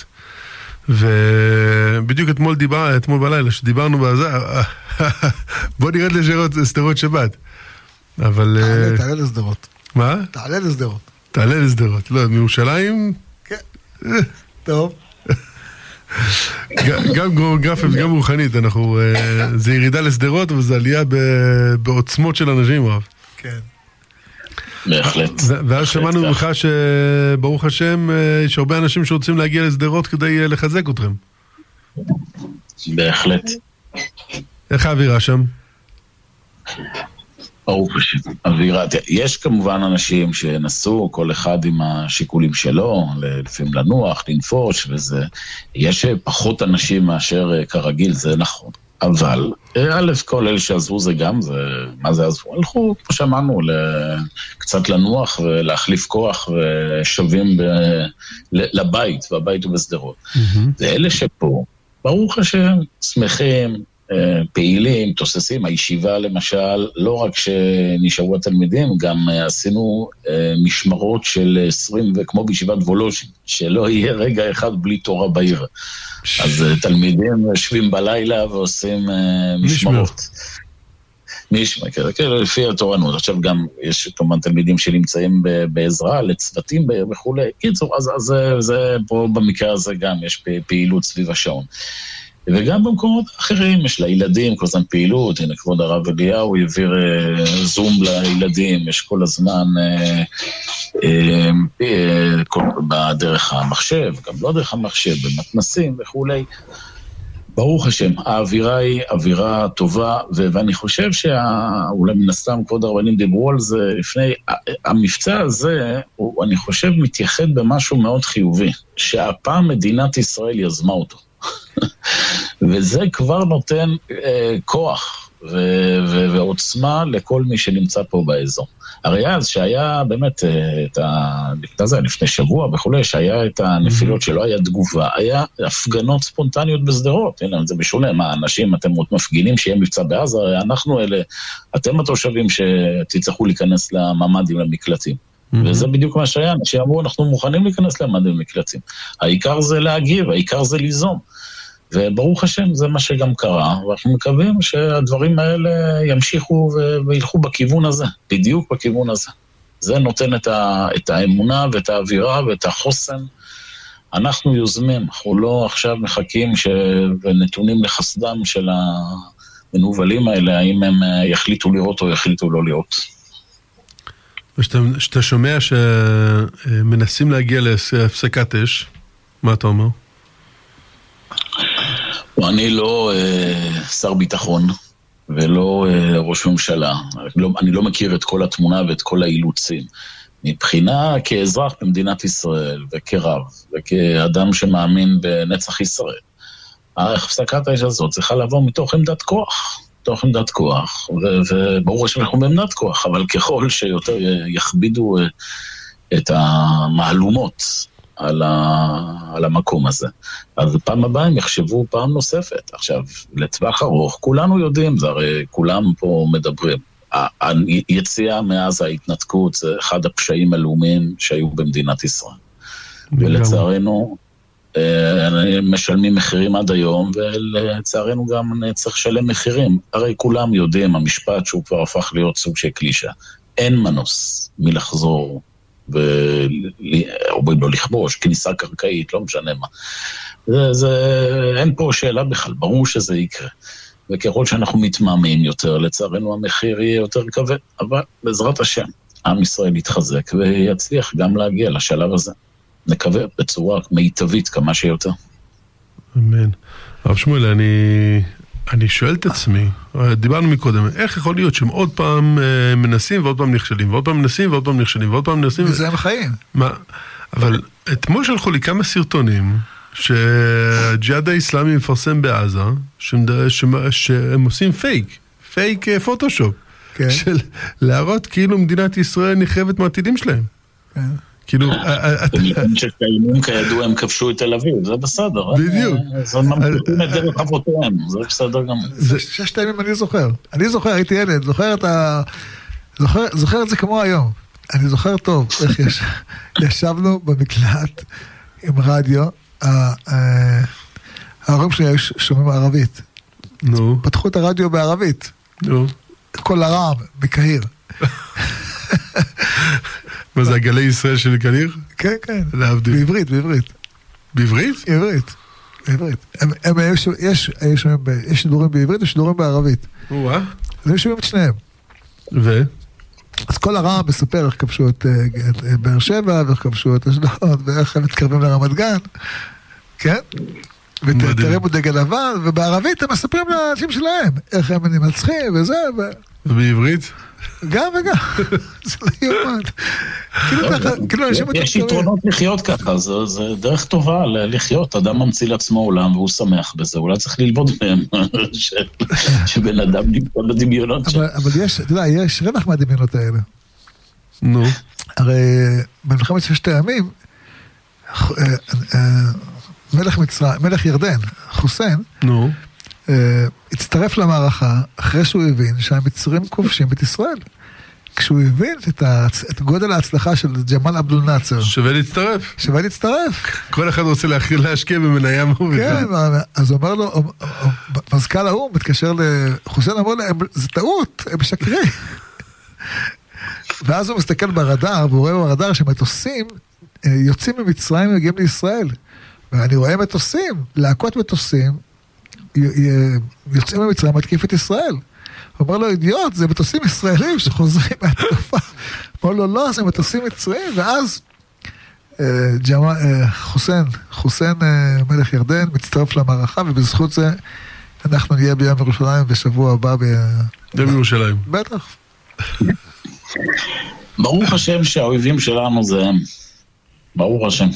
ובדיוק אתמול בלילה, שדיברנו בזה, בוא נרד לסדרות שבת. אבל... תעלה לסדרות. מה? תעלה לסדרות. לא, מירושלים? כן. טוב. גם גיאוגרפית וגם רוחנית, זה ירידה לשדרות, אבל זה עלייה בעוצמות של אנשים, רב. כן. בהחלט. ואז שמענו ממך שברוך השם, יש הרבה אנשים שרוצים להגיע לשדרות כדי לחזק אתכם. בהחלט. איך האווירה שם? ברוך השם, אווירה. יש כמובן אנשים שנסו, כל אחד עם השיקולים שלו, לפעמים לנוח, לנפוש, וזה. יש פחות אנשים מאשר כרגיל, זה נכון. אבל, א', כל אלה שעזבו זה גם, מה זה עזבו? הלכו, כמו שאמרנו, קצת לנוח ולהחליף כוח ושווים לבית, והבית הוא בסדרות. ואלה שפה, ברוך השם, שמחים, פעילים, תוססים, הישיבה למשל, לא רק שנשארו התלמידים, גם עשינו משמרות של 20, וכמו בישיבת וולוז'ין, שלא יהיה רגע אחד בלי תורה בעיר. אז תלמידים יושבים בלילה ועושים משמרות. לפי התורנות. עכשיו גם יש כמובן תלמידים שנמצאים בעזרה, לצוותים וכו'. קיצור, אז זה פה במקרה הזה גם יש פעילות סביב השעון. וגם במקומות אחרים יש לילדים כל הזמן פעילות, הנה כבוד הרב אליהו העביר זום לילדים, יש כל הזמן בדרך המחשב, גם לא דרך המחשב, במתנסים וכולי. ברוך השם, האווירה היא אווירה טובה, ואני חושב שאולי מן הסתם כבוד הרבנים דיברו על זה לפני, המבצע הזה, אני חושב מתייחד במשהו מאוד חיובי, שהפעם מדינת ישראל יזמה אותו. וזה כבר נותן כוח ועוצמה לכל מי שנמצא פה באזור. הרי אז שהיה באמת לפני שבוע וכולי, שהיה את הנפילות שלא היה תגובה, היה הפגנות ספונטניות בסדרות, הנה זה משונה, מה אנשים אתם מפגינים שיהיה מבצע בעזה, אנחנו אלה, אתם התושבים שתצטרכו להיכנס לממ"דים למקלטים. וזה בדיוק מה שהיה, אנשים אמרו, אנחנו מוכנים להיכנס לממ"דים למקלטים. העיקר זה להגיב, העיקר זה ליזום. וברוך השם זה מה שגם קרה, ואנחנו מקווים שהדברים האלה ימשיכו וילכו בכיוון הזה, בדיוק בכיוון הזה. זה נותן את האמונה ואת האווירה ואת החוסן. אנחנו יוזמים, אנחנו לא עכשיו מחכים ונתונים לחסדם של המנובלים האלה, האם הם יחליטו לראות או יחליטו לא לראות. ושאתה שומע שמנסים להגיע להפסקת אש, מה אתה אומר? אני לא שר ביטחון ולא ראש ממשלה, אני לא מכיר את כל התמונה ואת כל האילוצים. מבחינה כאזרח במדינת ישראל וכרב וכאדם שמאמין בנצח ישראל, ההפסקת האש הזאת צריכה לבוא מתוך עמדת כוח, וברור שאנחנו בעמדת כוח, אבל ככל שיותר יכבידו את המעלומות על המקום הזה. אז פעם הבאה הם יחשבו פעם נוספת. עכשיו, לטווח ארוך, כולנו יודעים, זה הרי כולם פה מדברים. היציאה מאז ההתנתקות זה אחד הפשעים הלאומיים שהיו במדינת ישראל. ולצערנו, משלמים מחירים עד היום, ולצערנו גם צריך לשלם מחירים. הרי כולם יודעים, המשפט שהוא כבר הפך להיות סוג של קלישה. אין מנוס מלחזור או לא לכבוש, כניסה קרקעית, לא משנה מה. אין פה שאלה בכלל, ברור שזה יקרה. וככל שאנחנו מתמהמים יותר, לצערנו המחיר יהיה יותר כבד, אבל בעזרת השם, עם ישראל יתחזק ויצליח גם להגיע לשלב הזה. נקווה בצורה מיטבית כמה שיותר. אמן. הרב שמואל, אני שואל את עצמי, דיברנו מקודם, איך יכול להיות שהם עוד פעם מנסים ועוד פעם נכשלים, ועוד פעם מנסים ועוד פעם נכשלים, ועוד פעם מנסים... וזה הם חיים. מה? אבל אתמול שלחו לי כמה סרטונים שהג'יהאד האסלאמי מפרסם בעזה, שהם עושים פייק פוטושופ, של להראות כאילו מדינת ישראל נחרבת מהעתידים שלהם. כן. כאילו... שקיימים כידוע הם כבשו את תל אביב, זה בסדר. בדיוק. זה ממשיכים את דרך אבותיהם, זה בסדר גם. 6 ימים אני זוכר, הייתי ילד, זוכר את זה כמו היום. אני זוכר טוב איך ישבנו במקלט עם רדיו, ההורים שלי היו שומעים ערבית. נו. פתחו את הרדיו בערבית. נו. כל הרעם, בקהיר. מה זה, הגלי ישראל של קהיר? כן, כן. להבדיל. בעברית. בעברית? בעברית. בעברית. יש שידורים בעברית ושידורים בערבית. הם שומעים את שניהם. אז כל הרעם מספר איך כבשו את באר שבע, ואיך כבשו את אשדוד, ואיך הם מתקרבים לרמת גן, כן? ותרימו דגל לבן, ובערבית הם מספרים לאנשים שלהם, איך הם מנצחים וזה. ובעברית? גם וגם. זה לא יומן. יש יתרונות לחיות ככה, זה דרך טובה לחיות. אדם ממציא לעצמו עולם והוא שמח בזה, אולי צריך ללמוד מהם שבן אדם נמצא בדמיונות שלו. אבל יש רווח מהדמיונות האלה. נו. הרי במלחמת ששת הימים, מלך ירדן, חוסיין, הצטרף למערכה אחרי שהוא הבין שהמצרים כובשים את ישראל. כשהוא הבין את גודל ההצלחה של ג'מאל עבדול נאצר. שווה להצטרף. שווה להצטרף. כל אחד רוצה להשקיע במניה מובילה. כן, אז אומר לו, מזכ"ל האו"ם מתקשר לחוסיין, אמר להם, זה טעות, הם משקרים. ואז הוא מסתכל ברדאר, והוא רואה ברדאר שמטוסים יוצאים ממצרים ומגיעים לישראל. ואני רואה מטוסים, להקות מטוסים, יוצאים ממצרים מתקיף את ישראל. הוא אומר לו, אידיוט, זה מטוסים ישראלים שחוזרים מהתקופה. הוא אומר לו, לא, זה מטוסים מצרים, ואז חוסיין מלך ירדן מצטרף למערכה, ובזכות זה אנחנו נהיה ביום ירושלים בשבוע הבא ביום ירושלים. בטח. ברוך השם שהאויבים שלנו זה הם. ברוך השם.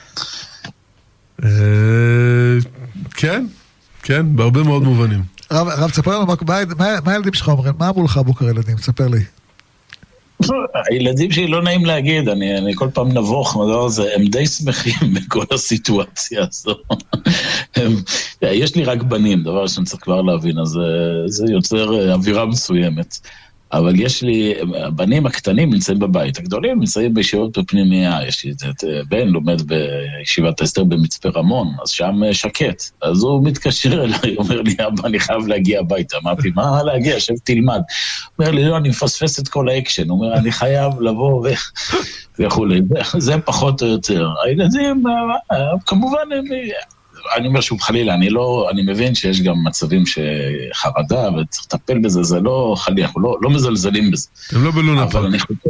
כן, כן, בהרבה מאוד מובנים. רב, תספר לנו, מה הילדים שלך אומרים? מה אמרו לך בוקר ילדים? תספר לי. הילדים שלי לא נעים להגיד, אני כל פעם נבוך, הם די שמחים בכל הסיטואציה הזו. יש לי רק בנים, דבר שאני צריך כבר להבין, אז זה יוצר אווירה מסוימת. אבל יש לי, הבנים הקטנים נמצאים בבית, הגדולים נמצאים בישיבות בפנימיה, יש לי את בן לומד בישיבת ההסתר במצפה רמון, אז שם שקט, אז הוא מתקשר אליי, אומר לי, אבא, אני חייב להגיע הביתה, אמרתי, מה להגיע, שב תלמד, אומר לי, לא, אני מפספס את כל האקשן, הוא אומר, אני חייב לבוא וכו', זה פחות או יותר, הילדים, כמובן, אני אומר שוב חלילה, אני מבין שיש גם מצבים שחרדה וצריך לטפל בזה, זה לא חלילה, אנחנו לא מזלזלים בזה. הם לא בלונה פארק.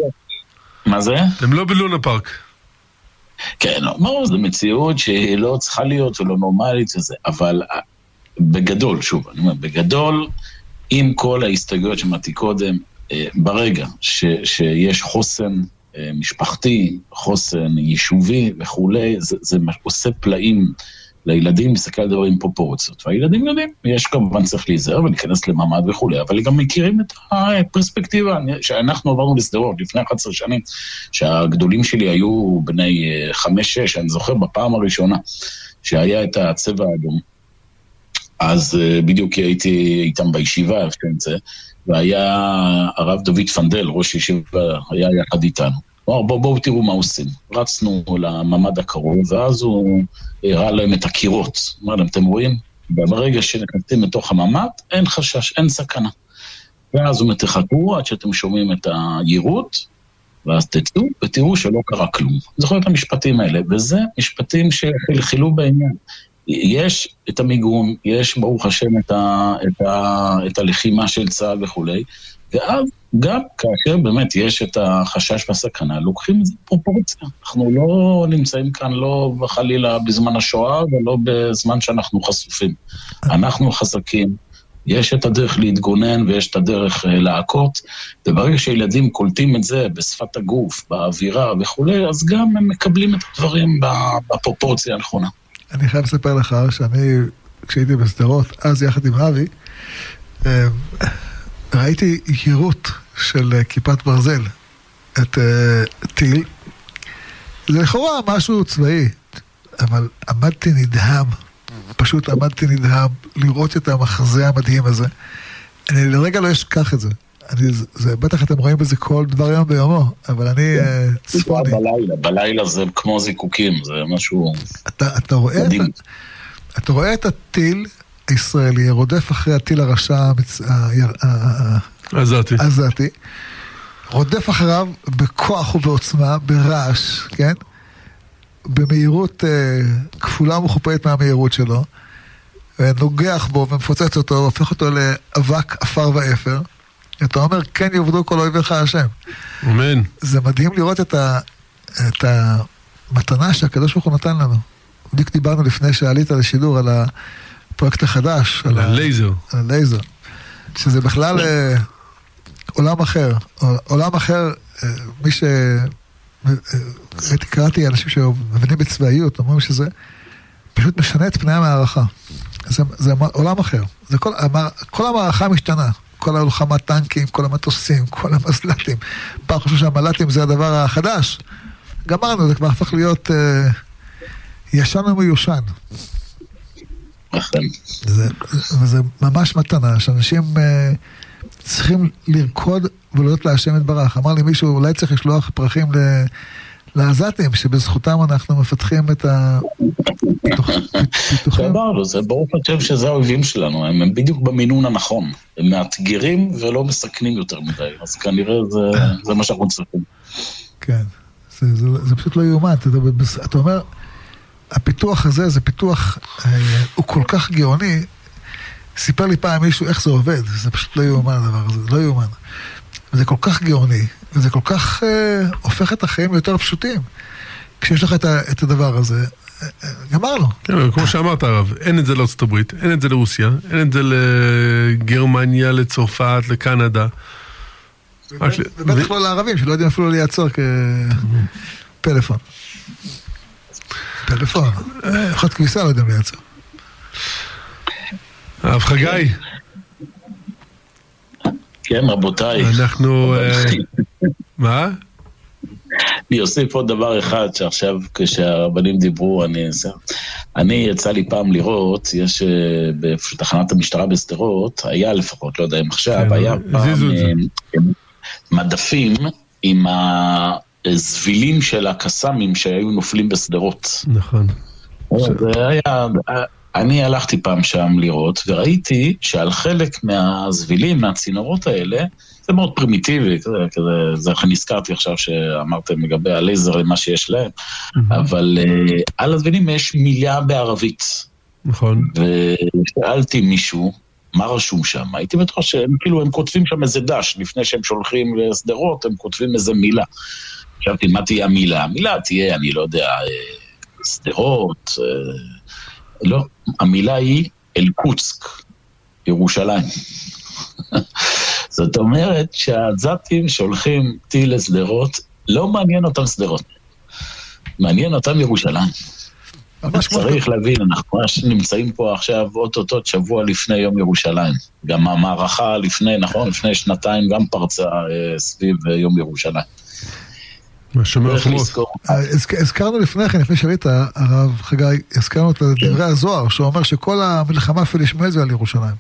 מה זה? הם לא בלונה פארק. כן, לא, זו מציאות שהיא לא צריכה להיות ולא נורמלית וזה, אבל בגדול, שוב, אני אומר, בגדול, עם כל ההסתייגויות שמעתי קודם, ברגע שיש חוסן משפחתי, חוסן יישובי וכולי, זה עושה פלאים, לילדים מסתכל על דבר עם פרופורציות, והילדים יודעים, יש כמובן צריך להיזהר ולהיכנס למעמד וכולי, אבל גם מכירים את הפרספקטיבה, שאנחנו עברנו לסדרות לפני 11 שנים, שהגדולים שלי היו בני 5-6, אני זוכר בפעם הראשונה, שהיה את הצבע האדום, אז בדיוק הייתי איתם בישיבה, והיה הרב דוד פנדל, ראש ישיבה, היה יחד איתנו. בואו תראו מה עושים. רצנו לממד הקרוב, ואז הוא הראה להם את הקירות. אמר להם, אתם רואים? ברגע שנכנסים לתוך הממד, אין חשש, אין סכנה. ואז הוא מתחכו עד שאתם שומעים את היירוט, ואז תצאו ותראו שלא קרה כלום. זוכר את המשפטים האלה, וזה משפטים שחלחלו בעניין. יש את המיגון, יש ברוך השם את הלחימה של צה"ל וכולי, ואז גם כאשר באמת יש את החשש והסכנה, לוקחים את זה פרופורציה. אנחנו לא נמצאים כאן לא חלילה בזמן השואה ולא בזמן שאנחנו חשופים. אנחנו חזקים, יש את הדרך להתגונן ויש את הדרך לעקות, וברגע שילדים קולטים את זה בשפת הגוף, באווירה וכולי, אז גם הם מקבלים את הדברים בפרופורציה הנכונה. אני חייב לספר לך שאני, כשהייתי בסדרות, אז יחד עם אבי, ראיתי יירוט של כיפת ברזל, את טיל. זה לכאורה משהו צבאי, אבל עמדתי נדהם, פשוט עמדתי נדהם לראות את המחזה המדהים הזה. אני לרגע לא אשכח את זה. בטח אתם רואים בזה כל דבר יום ביומו, אבל אני צפוני. בלילה זה כמו זיקוקים, זה משהו מדהים. אתה רואה את הטיל הישראלי, רודף אחרי הטיל הרשע העזתי, רודף אחריו בכוח ובעוצמה, ברעש, כן? במהירות כפולה ומכופלת מהמהירות שלו, נוגח בו ומפוצץ אותו, והופך אותו לאבק, אפר ואפר. אתה אומר, כן יעבדו כל אויביך השם. אמן. זה מדהים לראות את המתנה שהקדוש ברוך הוא נתן לנו. בדיוק דיברנו לפני שעלית לשידור על הפרויקט החדש. על הלייזר. על הלייזר. שזה בכלל עולם אחר. עולם אחר, מי קראתי אנשים שמבינים בצבאיות, אומרים שזה פשוט משנה את פני המערכה. זה עולם אחר. כל המערכה משתנה. כל הלוחמת טנקים, כל המטוסים, כל המזל"טים. פעם חושב שהמל"טים זה הדבר החדש. גמרנו, זה כבר הפך להיות ישן ומיושן. וזה ממש מתנה, שאנשים צריכים לרקוד ולהודות להשם יתברך. אמר לי מישהו, אולי צריך לשלוח פרחים לעזתים, שבזכותם אנחנו מפתחים את הפיתוחים. זה ברור חושב שזה האויבים שלנו, הם בדיוק במינון הנכון. הם מאתגרים ולא מסכנים יותר מדי, אז כנראה זה מה שאנחנו צריכים. כן, זה פשוט לא יאומן. אתה אומר, הפיתוח הזה, זה פיתוח, הוא כל כך גאוני, סיפר לי פעם מישהו איך זה עובד, זה פשוט לא יאומן הדבר הזה, זה לא יאומן. וזה כל כך גאוני, וזה כל כך הופך את החיים יותר פשוטים. כשיש לך את הדבר הזה, גמרנו. כן, כמו שאמרת הרב, אין את זה לארצות הברית, אין את זה לרוסיה, אין את זה לגרמניה, לצרפת, לקנדה. ובטח לא לערבים, שלא יודעים אפילו לייצר כפלאפון. פלאפון, אחת כביסה לא יודעים לייצר. הרב חגי. כן, רבותיי. אנחנו... מה? אני אוסיף עוד דבר אחד, שעכשיו כשהרבנים דיברו, אני יצא לי פעם לראות, יש בתחנת המשטרה בסדרות, היה לפחות, לא יודע אם עכשיו, היה פעם מדפים עם הזבילים של הקסמים שהיו נופלים בסדרות. נכון. זה היה... אני הלכתי פעם שם לראות, וראיתי שעל חלק מהזבילים, מהצינורות האלה, זה מאוד פרימיטיבי, זה איך נזכרתי עכשיו שאמרתם לגבי הלייזר למה שיש להם, אבל על הזבילים יש מילה בערבית. נכון. ושאלתי מישהו, מה רשום שם? הייתי בטוח שהם כאילו, הם כותבים שם איזה דש, לפני שהם שולחים לסדרות, הם כותבים איזה מילה. חשבתי, מה תהיה המילה? המילה תהיה, אני לא יודע, סדרות, לא, המילה היא אל-קודס, ירושלים. זאת אומרת שהעזתים שהולכים טיל לסדרות, לא מעניין אותם סדרות. מעניין אותם ירושלים. צריך להבין, אנחנו נמצאים פה עכשיו אוטוטוט שבוע לפני יום ירושלים. גם המערכה לפני, נכון, לפני שנתיים גם פרצה סביב יום ירושלים. הזכרנו לפני כן, לפני שעלית הרב חגי, הזכרנו את דברי הזוהר, שהוא אומר שכל המלחמה אפילו ישמעאל זה על ירושלים.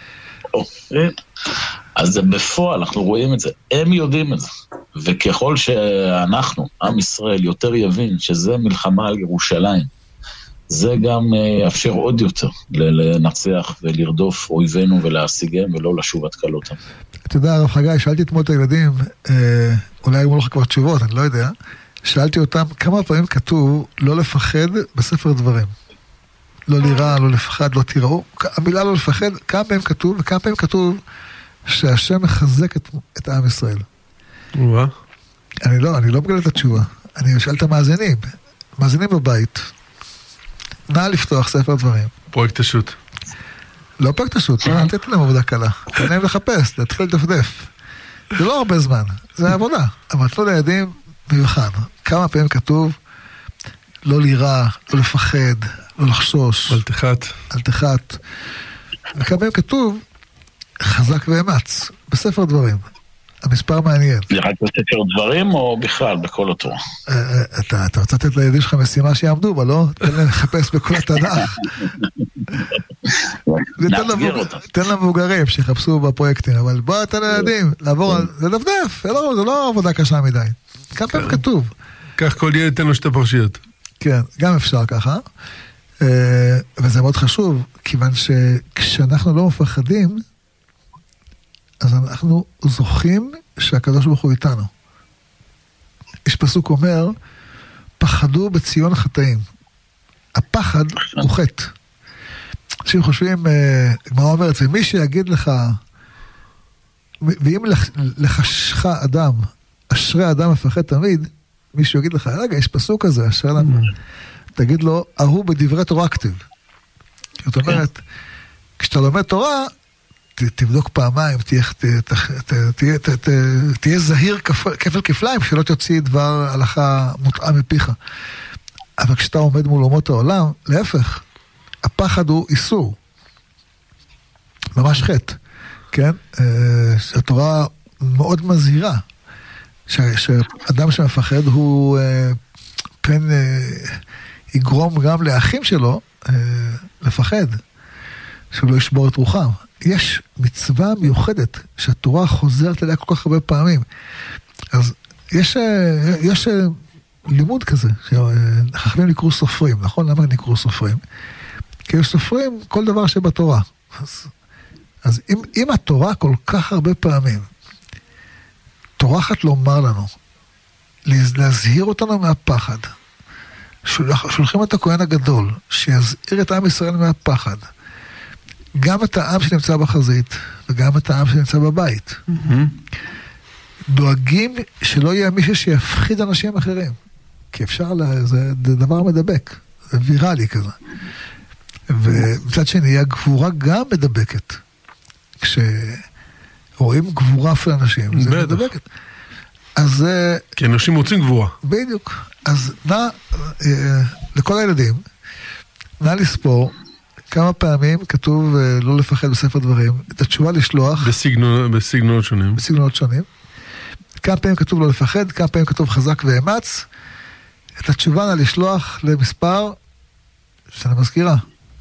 אז בפועל אנחנו רואים את זה, הם יודעים את זה, וככל שאנחנו, עם ישראל, יותר יבין שזה מלחמה על ירושלים, זה גם יאפשר עוד יותר לנצח ולרדוף אויבינו ולהשיגם ולא לשוב עד כלותם. אתה יודע, הרב חגי, שאלתי אתמול את הילדים, אולי אמרו לך כבר תשובות, אני לא יודע, שאלתי אותם כמה פעמים כתוב לא לפחד בספר דברים. לא לירא, לא לפחד, לא תיראו. המילה לא לפחד, כמה פעמים כתוב, וכמה פעמים כתוב שהשם מחזק את עם ישראל. אני לא מגלה את התשובה. אני אשאל את המאזינים. מאזינים בבית. נא לפתוח ספר דברים. פרויקט השו"ת. לא פרויקט השו"ת, לא נתתי להם עבודה קלה. תן להם לחפש, להתחיל לדפדף. זה לא הרבה זמן, זה עבודה. אבל תנו לידים מבחן. כמה פעמים כתוב לא לירא, לא לפחד, לא לחשוש. אל תחת. וכמה פעמים כתוב חזק ואמץ, בספר דברים. המספר מעניין. זה רק בספר דברים או בכלל, בכל התורה? אתה רוצה לתת לידים שלך משימה שיעמדו בה, לא? תן להם לחפש בכל התנ"ך. תן למבוגרים שיחפשו בפרויקטים, אבל בוא תן לידים, לעבור על... זה דפדף, זה לא עבודה קשה מדי. כמה פעמים כתוב. כך כל ילד תן לו שתי פרשיות. כן, גם אפשר ככה. וזה מאוד חשוב, כיוון שכשאנחנו לא מפחדים, אז אנחנו זוכים שהקדוש ברוך הוא איתנו. יש פסוק אומר, פחדו בציון חטאים. הפחד הוא חטא. אנשים חושבים, גמרא אומרת, ומי שיגיד לך, ואם לחשך אדם, אשרי אדם מפחד תמיד, מישהו יגיד לך, רגע, יש פסוק כזה, אשרי אדם, תגיד לו, ההוא בדברי תורה כתיב. זאת אומרת, כשאתה לומד תורה, תבדוק פעמיים, תהיה זהיר כפל כפליים, שלא תוציא דבר הלכה מוטעה מפיך. אבל כשאתה עומד מול אומות העולם, להפך, הפחד הוא איסור. ממש חטא. כן? התורה מאוד מזהירה, שאדם שמפחד הוא פן יגרום גם לאחים שלו לפחד, שהוא לא ישבור את רוחם. יש מצווה מיוחדת שהתורה חוזרת אליה כל כך הרבה פעמים. אז יש לימוד כזה, שחכמים נקראו סופרים, נכון? למה נקראו סופרים? כי יש סופרים כל דבר שבתורה. אז אם התורה כל כך הרבה פעמים טורחת לומר לנו, להזהיר אותנו מהפחד, שולחים את הכהן הגדול, שיזהיר את עם ישראל מהפחד, גם את העם שנמצא בחזית, וגם את העם שנמצא בבית. דואגים שלא יהיה מישהו שיפחיד אנשים אחרים, כי אפשר, זה דבר מדבק, זה ויראלי כזה. ומצד שני, הגבורה גם מדבקת. כשרואים גבורה של אנשים, זה מדבקת. אז כי אנשים רוצים גבורה. בדיוק. אז לכל הילדים, נא לספור כמה פעמים כתוב לא לפחד בספר דברים, את התשובה לשלוח. בסגנונות שונים. בסגנונות שונים. כמה פעמים כתוב לא לפחד, כמה פעמים כתוב חזק ואמץ. את התשובה נא לשלוח למספר, שאני מזכירה,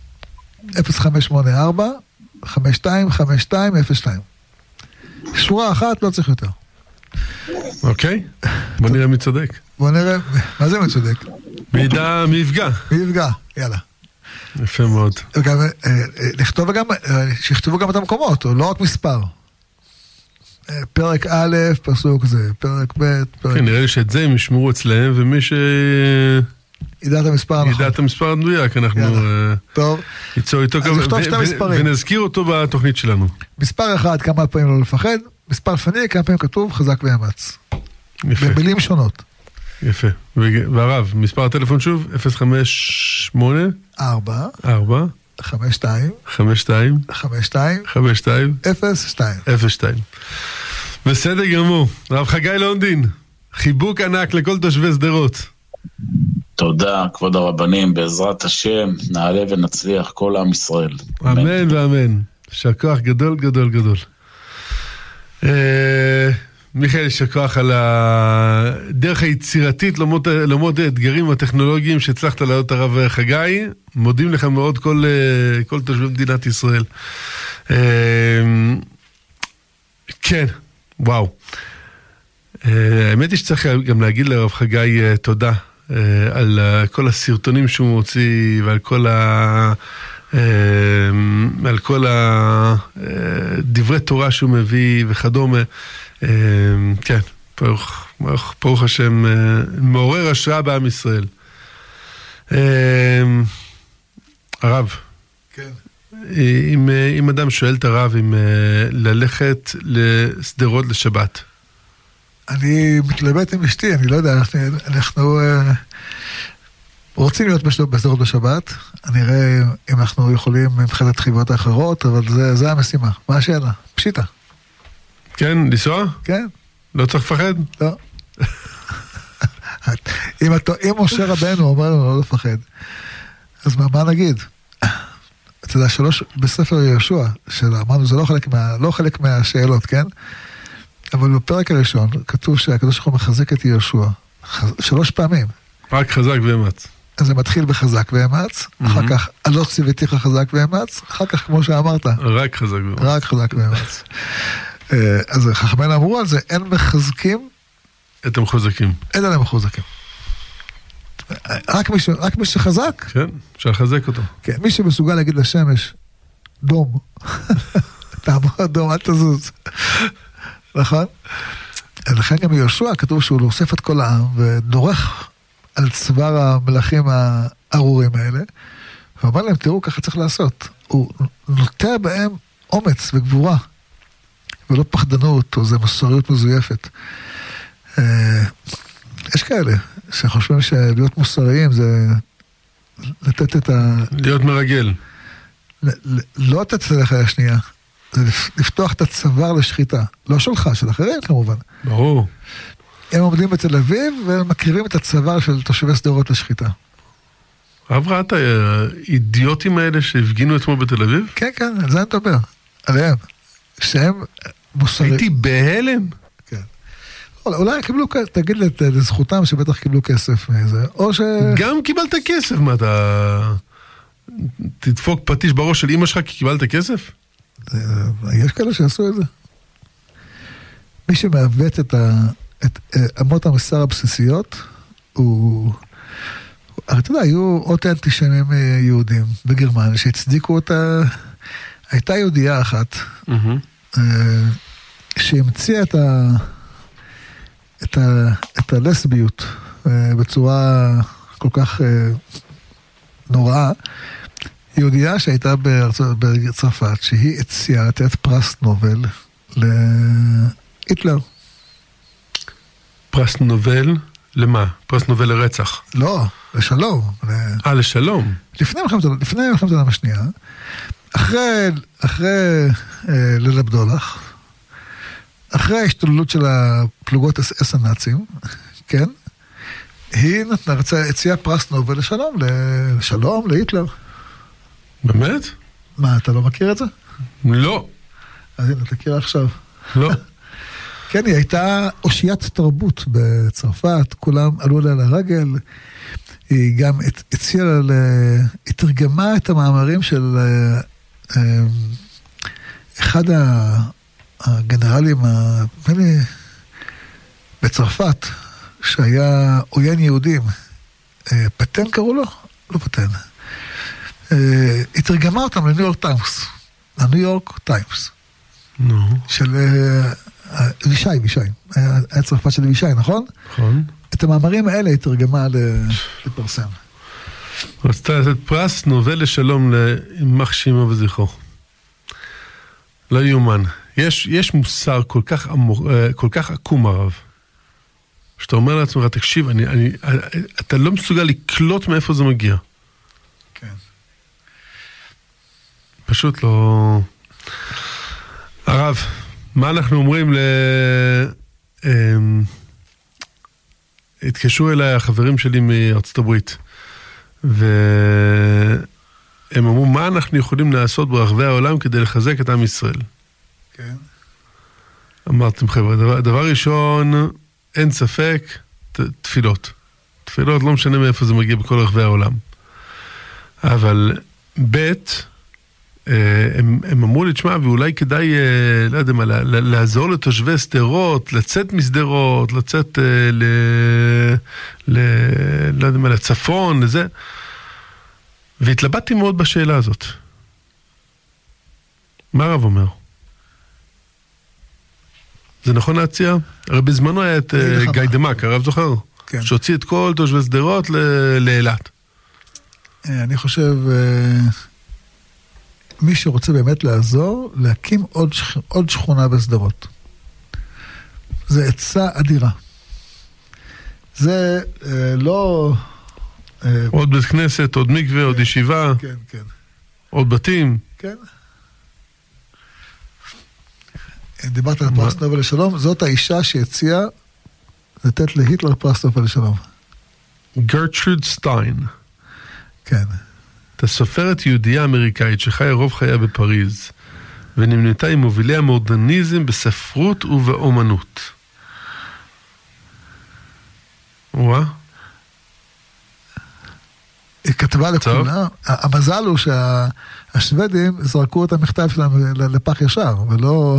0584 525202. שורה אחת, לא צריך יותר. אוקיי, בוא נראה מי צודק. בוא נראה, מה זה מי צודק? מידע מי יפגע. מי יפגע, יאללה. יפה מאוד. לכתוב וגם, שיכתבו גם את המקומות, או לא רק מספר. פרק א', פסוק זה, פרק ב', פרק... כן, נראה לי שאת זה הם ישמרו אצלהם, ומי ש... ידע את המספר הנכון. ידע את המספר המדויק, אנחנו ניצור איתו ונזכיר אותו בתוכנית שלנו. מספר אחד, כמה פעמים לא לפחד, מספר לפני, כמה פעמים כתוב חזק ואמץ. יפה. במילים שונות. יפה. והרב, מספר הטלפון שוב, 058 4 52 52 52 52 02 02. בסדר גמור. רב חגי לונדין, חיבוק ענק לכל תושבי שדרות. תודה, כבוד הרבנים, בעזרת השם, נעלה ונצליח כל עם ישראל. אמן ואמן. שכוח גדול גדול גדול. מיכאל, שכוח על הדרך היצירתית למרות האתגרים הטכנולוגיים שהצלחת לעלות הרב חגי. מודים לך מאוד כל תושבי מדינת ישראל. כן, וואו. האמת היא שצריך גם להגיד לרב חגי תודה על כל הסרטונים שהוא מוציא ועל כל דברי תורה שהוא מביא וכדומה. כן, ברוך השם, מעורר השראה בעם ישראל. הרב, כן. אם אדם שואל את הרב אם ללכת לשדרות לשבת. אני מתלבט עם אשתי, אני לא יודע, אנחנו רוצים להיות בשדרות בשבת, אני אראה אם אנחנו יכולים מבחינת החברות האחרות, אבל זה המשימה. מה השאלה? פשיטה. כן, לנסוע? כן. לא צריך לפחד? לא. אם משה רבנו אומר לנו לא לפחד, אז מה נגיד? אתה יודע, בספר יהושע, שאמרנו, זה לא חלק מהשאלות, כן? אבל בפרק הראשון כתוב שהקדוש ברוך הוא מחזק את יהושע 3 פעמים. רק חזק ואמץ. אז זה מתחיל בחזק ואמץ, אחר כך לא ציוויתיך חזק ואמץ, אחר כך כמו שאמרת. רק חזק ואמץ. רק חזק ואמץ. אז חכמינו אמרו על זה, אין מחזקים את המחוזקים. אין עליהם מחוזקים. רק מי שחזק. כן, אפשר לחזק אותו. כן, מי שמסוגל להגיד לשמש, דום. תעמוד דום, אל תזוז. נכון? לכן גם ביהושע כתוב שהוא אוסף את כל העם ודורך על צוואר המלכים הארורים האלה, ואמר להם, תראו, ככה צריך לעשות. הוא נוטע בהם אומץ וגבורה, ולא פחדנות, או זה מוסריות מזויפת. יש כאלה שחושבים שלהיות מוסריים זה לתת את להיות מרגל. לא לתת את הדרך השנייה, זה לפתוח את הצוואר לשחיטה. לא שלך, של אחרים כמובן. ברור. הם עומדים בתל אביב, והם מקריבים את הצוואר של תושבי שדרות לשחיטה. הרב ראה את האידיוטים האלה שהפגינו אתמול בתל אביב? כן, כן, על זה אני מדבר. עליהם. שהם מוסריים. הייתי בהלם. כן. אולי קיבלו, תגיד לזכותם שבטח קיבלו כסף מזה, או ש... גם קיבלת כסף, מה אתה... תדפוק פטיש בראש של אמא שלך כי קיבלת כסף? יש כאלה שעשו את זה. מי שמעוות את אמות המוסר הבסיסיות, הוא... הרי אתה יודע, היו עוד אנטישמים יהודים בגרמניה שהצדיקו אותה, הייתה יהודייה אחת, שהמציאה את הלסביות בצורה כל כך נוראה, יהודייה שהייתה בצרפת, שהיא הציעה לתת פרס נובל להיטלר. פרס נובל? למה? פרס נובל לרצח? לא, לשלום. לשלום. לפני מלחמת העולם השנייה, אחרי ליל הבדולח, אחרי ההשתוללות של הפלוגות אס הנאצים, כן, היא הציעה פרס נובל לשלום, להיטלר. באמת? מה, אתה לא מכיר את זה? לא. אז הנה, תכיר עכשיו. לא. כן, היא הייתה אושיית תרבות בצרפת, כולם עלו לה לרגל, היא גם הציעה היא תרגמה את המאמרים של אחד הגנרלים בצרפת, שהיה עוין יהודים, פטן קראו לו? לא פטן. היא תרגמה אותם לניו יורק טיימס. לניו יורק טיימס. של וישי. היה צרפת של וישי, נכון? נכון. את המאמרים האלה היא תרגמה לפרסם. רצתה לתת פרס נובל לשלום למח שימו וזכרו. לא יאומן. יש מוסר כל כך עקום הרב, שאתה אומר לעצמך, תקשיב, אתה לא מסוגל לקלוט מאיפה זה מגיע. כן. פשוט לא... הרב, מה אנחנו אומרים התקשרו אליי החברים שלי מארצות הברית, והם אמרו, מה אנחנו יכולים לעשות ברחבי העולם כדי לחזק את עם ישראל? כן. אמרתם חבר'ה, דבר ראשון, אין ספק, תפילות. תפילות, לא משנה מאיפה זה מגיע בכל רחבי העולם. אבל הם אמרו לי, תשמע, ואולי כדאי, לא יודע מה, לעזור לתושבי שדרות, לצאת משדרות, לצאת לא יודע מה, לצפון, לזה. והתלבטתי מאוד בשאלה הזאת. מה הרב אומר? זה נכון להציע? הרי בזמנו היה את גיא דמק, הרב זוכר? כן. שהוציא את כל תושבי שדרות לאילת. אני חושב... מי שרוצה באמת לעזור, להקים עוד שכונה בסדרות. זה עצה אדירה. זה לא... עוד בית כנסת, עוד מקווה, עוד ישיבה. כן, כן. עוד בתים. כן. דיברת על פרס נובל לשלום, זאת האישה שהציעה לתת להיטלר פרס נובל לשלום. גרטרוד סטיין. כן. את הסופרת יהודייה אמריקאית שחיה רוב חייה בפריז, ונמנתה עם מובילי המודרניזם בספרות ובאומנות. וואה. היא כתבה לכולם, המזל הוא שהשוודים זרקו את המכתב שלהם לפח ישר, ולא...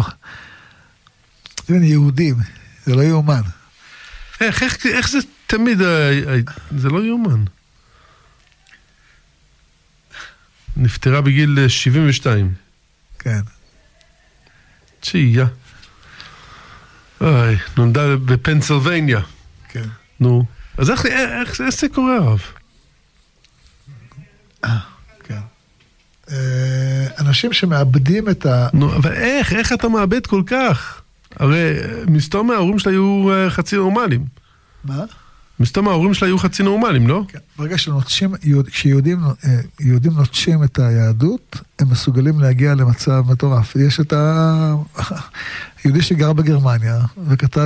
יהודים, זה לא יאומן. איך זה תמיד, זה לא יאומן. נפטרה בגיל 72. כן. נולדה בפנסילבניה. כן. נו. אז איך זה קורה, הרב? כן. אנשים שמאבדים את ה... נו, אבל איך אתה מאבד כל כך? הרי מסתום ההורים שלה היו חצי נורמליים. מה? מסתום ההורים שלה היו חצי נורמליים, לא? כן. ברגע כשיהודים נוטשים את היהדות, הם מסוגלים להגיע למצב מטורף. יש את היהודי שגר בגרמניה, וכתב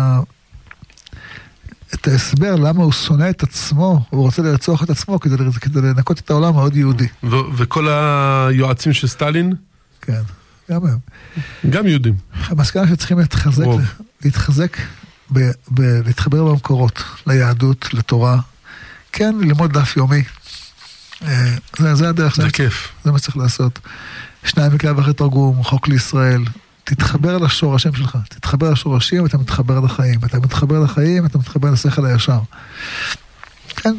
את ההסבר למה הוא שונא את עצמו, הוא רוצה לרצוח את עצמו כדי לנקות את העולם מאוד יהודי. וכל היועצים של סטלין? כן, גם הם. גם יהודים. המסקנה שצריכים להתחזק, להתחבר במקורות, ליהדות, לתורה. כן, ללמוד דף יומי. זה הדרך. זה כיף. זה מה שצריך לעשות. 2 מקרא ואחרי תרגום, חוק לישראל. תתחבר לשורשים שלך. תתחבר לשורשים, אתה מתחבר לחיים. אתה מתחבר לחיים, אתה מתחבר לשכל הישר. כן.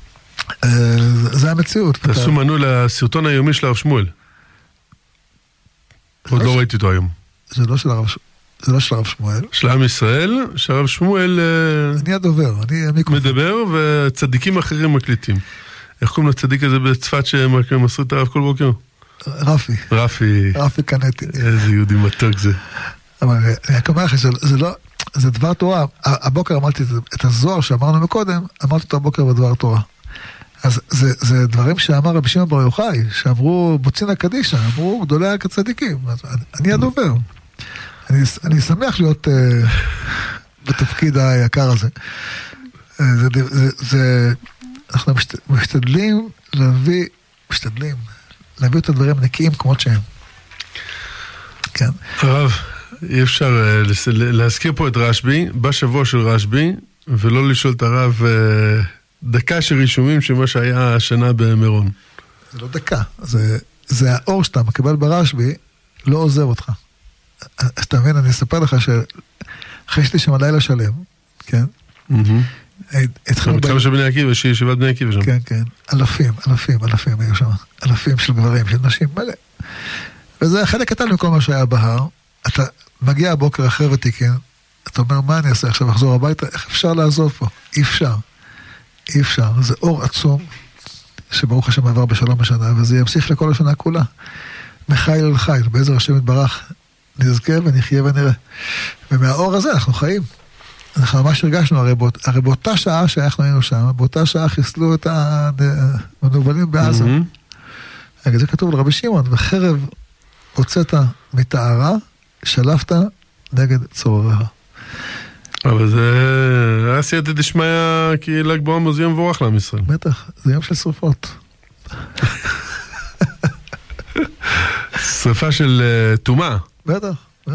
זה המציאות. תעשו מנוי לסרטון היומי של הרב שמואל. עוד לא ראיתי אותו היום. זה לא של הרב שמואל. של עם ישראל, שהרב שמואל אני הדובר, אני מדבר וצדיקים אחרים מקליטים. איך קוראים לצדיק הזה בצפת שמסרו את הרב כל בוקר? רפי קנטי. איזה יהודי מתוק זה. אבל אני אומר לך, זה דבר תורה. הבוקר אמרתי את הזוהר שאמרנו מקודם, אמרתי אותו הבוקר בדבר תורה. אז זה דברים שאמר רבי שמעון בר יוחאי, שאמרו בוצינא קדישא, אמרו גדולי הצדיקים. אני הדובר. אני שמח להיות בתפקיד היקר הזה. אנחנו משתדלים להביא את הדברים נקיים כמות שהם. כן. הרב, אי אפשר להזכיר פה את רשב"י, בשבוע של רשב"י, ולא לשאול את הרב דקה של רישומים שמה שהיה השנה במירון. זה לא דקה, זה האור שאתה מקבל ברשב"י, לא עוזב אותך. אז אתה מבין, אני אספר לך שאחרי שלי שם הלילה שלם, כן? כמה של בני עקיבא, יש ישיבת בני עקיבא שם. כן, כן. אלפים היו שם. אלפים של גברים, של נשים, מלא. וזה חלק קטן מכל מה שהיה בהר. אתה מגיע הבוקר אחרי ותיקין, אתה אומר, מה אני אעשה עכשיו, לחזור הביתה? איך אפשר לעזוב פה? אי אפשר. זה אור עצום, שברוך השם עבר בשלום השנה, וזה ימשיך לכל השנה כולה. מחיל אל חיל, בעזר השם יתברך, נזכה ונחיה ונראה. ומהאור הזה אנחנו חיים. אנחנו ממש הרגשנו, הרי באותה שעה שאנחנו היינו שם, באותה שעה חיסלו את המנוולים בעזה. זה כתוב לרבי שמעון, וחרב הוצאת מתארה, שלפת נגד צורריה. אבל זה היה סייעתא דשמיא, כי ל"ג בעומר זה יום מבורך לעם ישראל. בטח, זה יום של שרפות. שרפה של טומאה. בטח.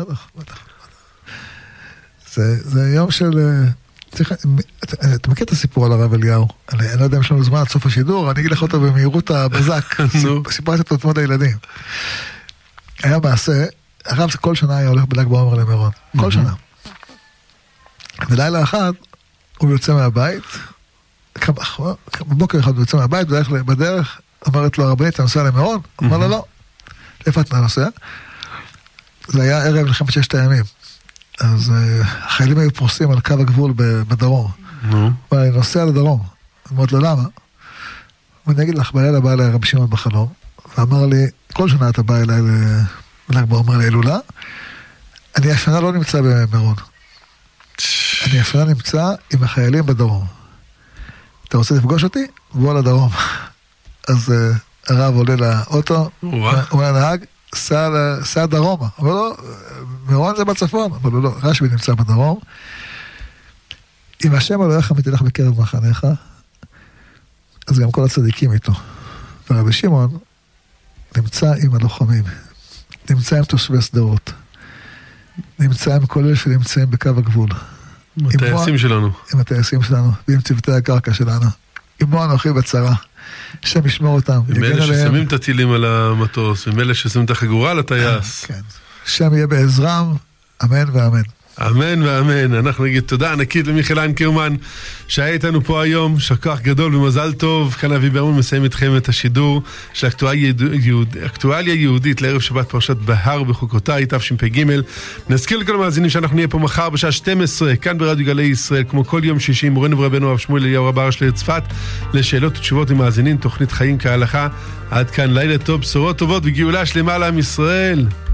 זה יום של... אתה מכיר את הסיפור על הרב אליהו? אני לא יודע אם יש לנו זמן עד סוף השידור, אני אגיד לך אותו במהירות הבזק. סיפרתי אותו אתמול לילדים. היה מעשה, הרב כל שנה היה הולך בל"ג בעומר למירון. כל שנה. ולילה אחד הוא יוצא מהבית, בבוקר אחד הוא יוצא מהבית, בדרך אומרת לו הרבנית, אתה נוסע למירון? הוא אומר לו לא. איפה אתה נוסע? זה היה ערב מלחמת 6 הימים. אז החיילים היו פרוסים על קו הגבול בדרום. ואני נוסע לדרום. אמרתי לו, למה? ואני אגיד לך, בלילה בא אליי רבי שמעון בחלום, ואמר לי, כל שנה אתה בא אליי ל"ג בעומר להילולה, אני השנה לא נמצא במירון. אני השנה נמצא עם החיילים בדרום. אתה רוצה לפגוש אותי? בוא לדרום. אז הרב עולה לאוטו, הוא אומר לנהג, סע דרומה. אבל לא, מירון זה בצפון. אבל לא, רשב"י נמצא בדרום. אם השם אלוהיך מתהלך בקרב מחניך, אז גם כל הצדיקים איתו. ורבי שמעון נמצא עם הלוחמים, נמצא עם תושבי שדרות, נמצא עם כל אלה שנמצאים בקו הגבול. עם הטייסים שלנו. עם הטייסים שלנו, ועם צוותי הקרקע שלנו. עמו אנוכי בצרה. השם ישמור אותם. עם אלה ששמים את הטילים על המטוס, עם אלה ששמים את החגורה על הטייס. כן. השם יהיה בעזרם, אמן ואמן. אמן ואמן. אנחנו נגיד תודה ענקית למיכאל אנקרמן שהיה איתנו פה היום, שכוח גדול ומזל טוב. כאן אבי ברמן מסיים איתכם את השידור של אקטואליה יהודית לערב שבת פרשת בהר בחוקותיי תשפ"ג. נזכיר לכל המאזינים שאנחנו נהיה פה מחר בשעה 12 כאן ברדיו גלי ישראל, כמו כל יום שישי, מורנו ורבנו הרב שמואל אליהו רב הראשי לצפת, לשאלות ותשובות למאזינים, תוכנית חיים כהלכה. עד כאן לילה טוב, בשורות טובות וגאולה שלמה לעם ישראל.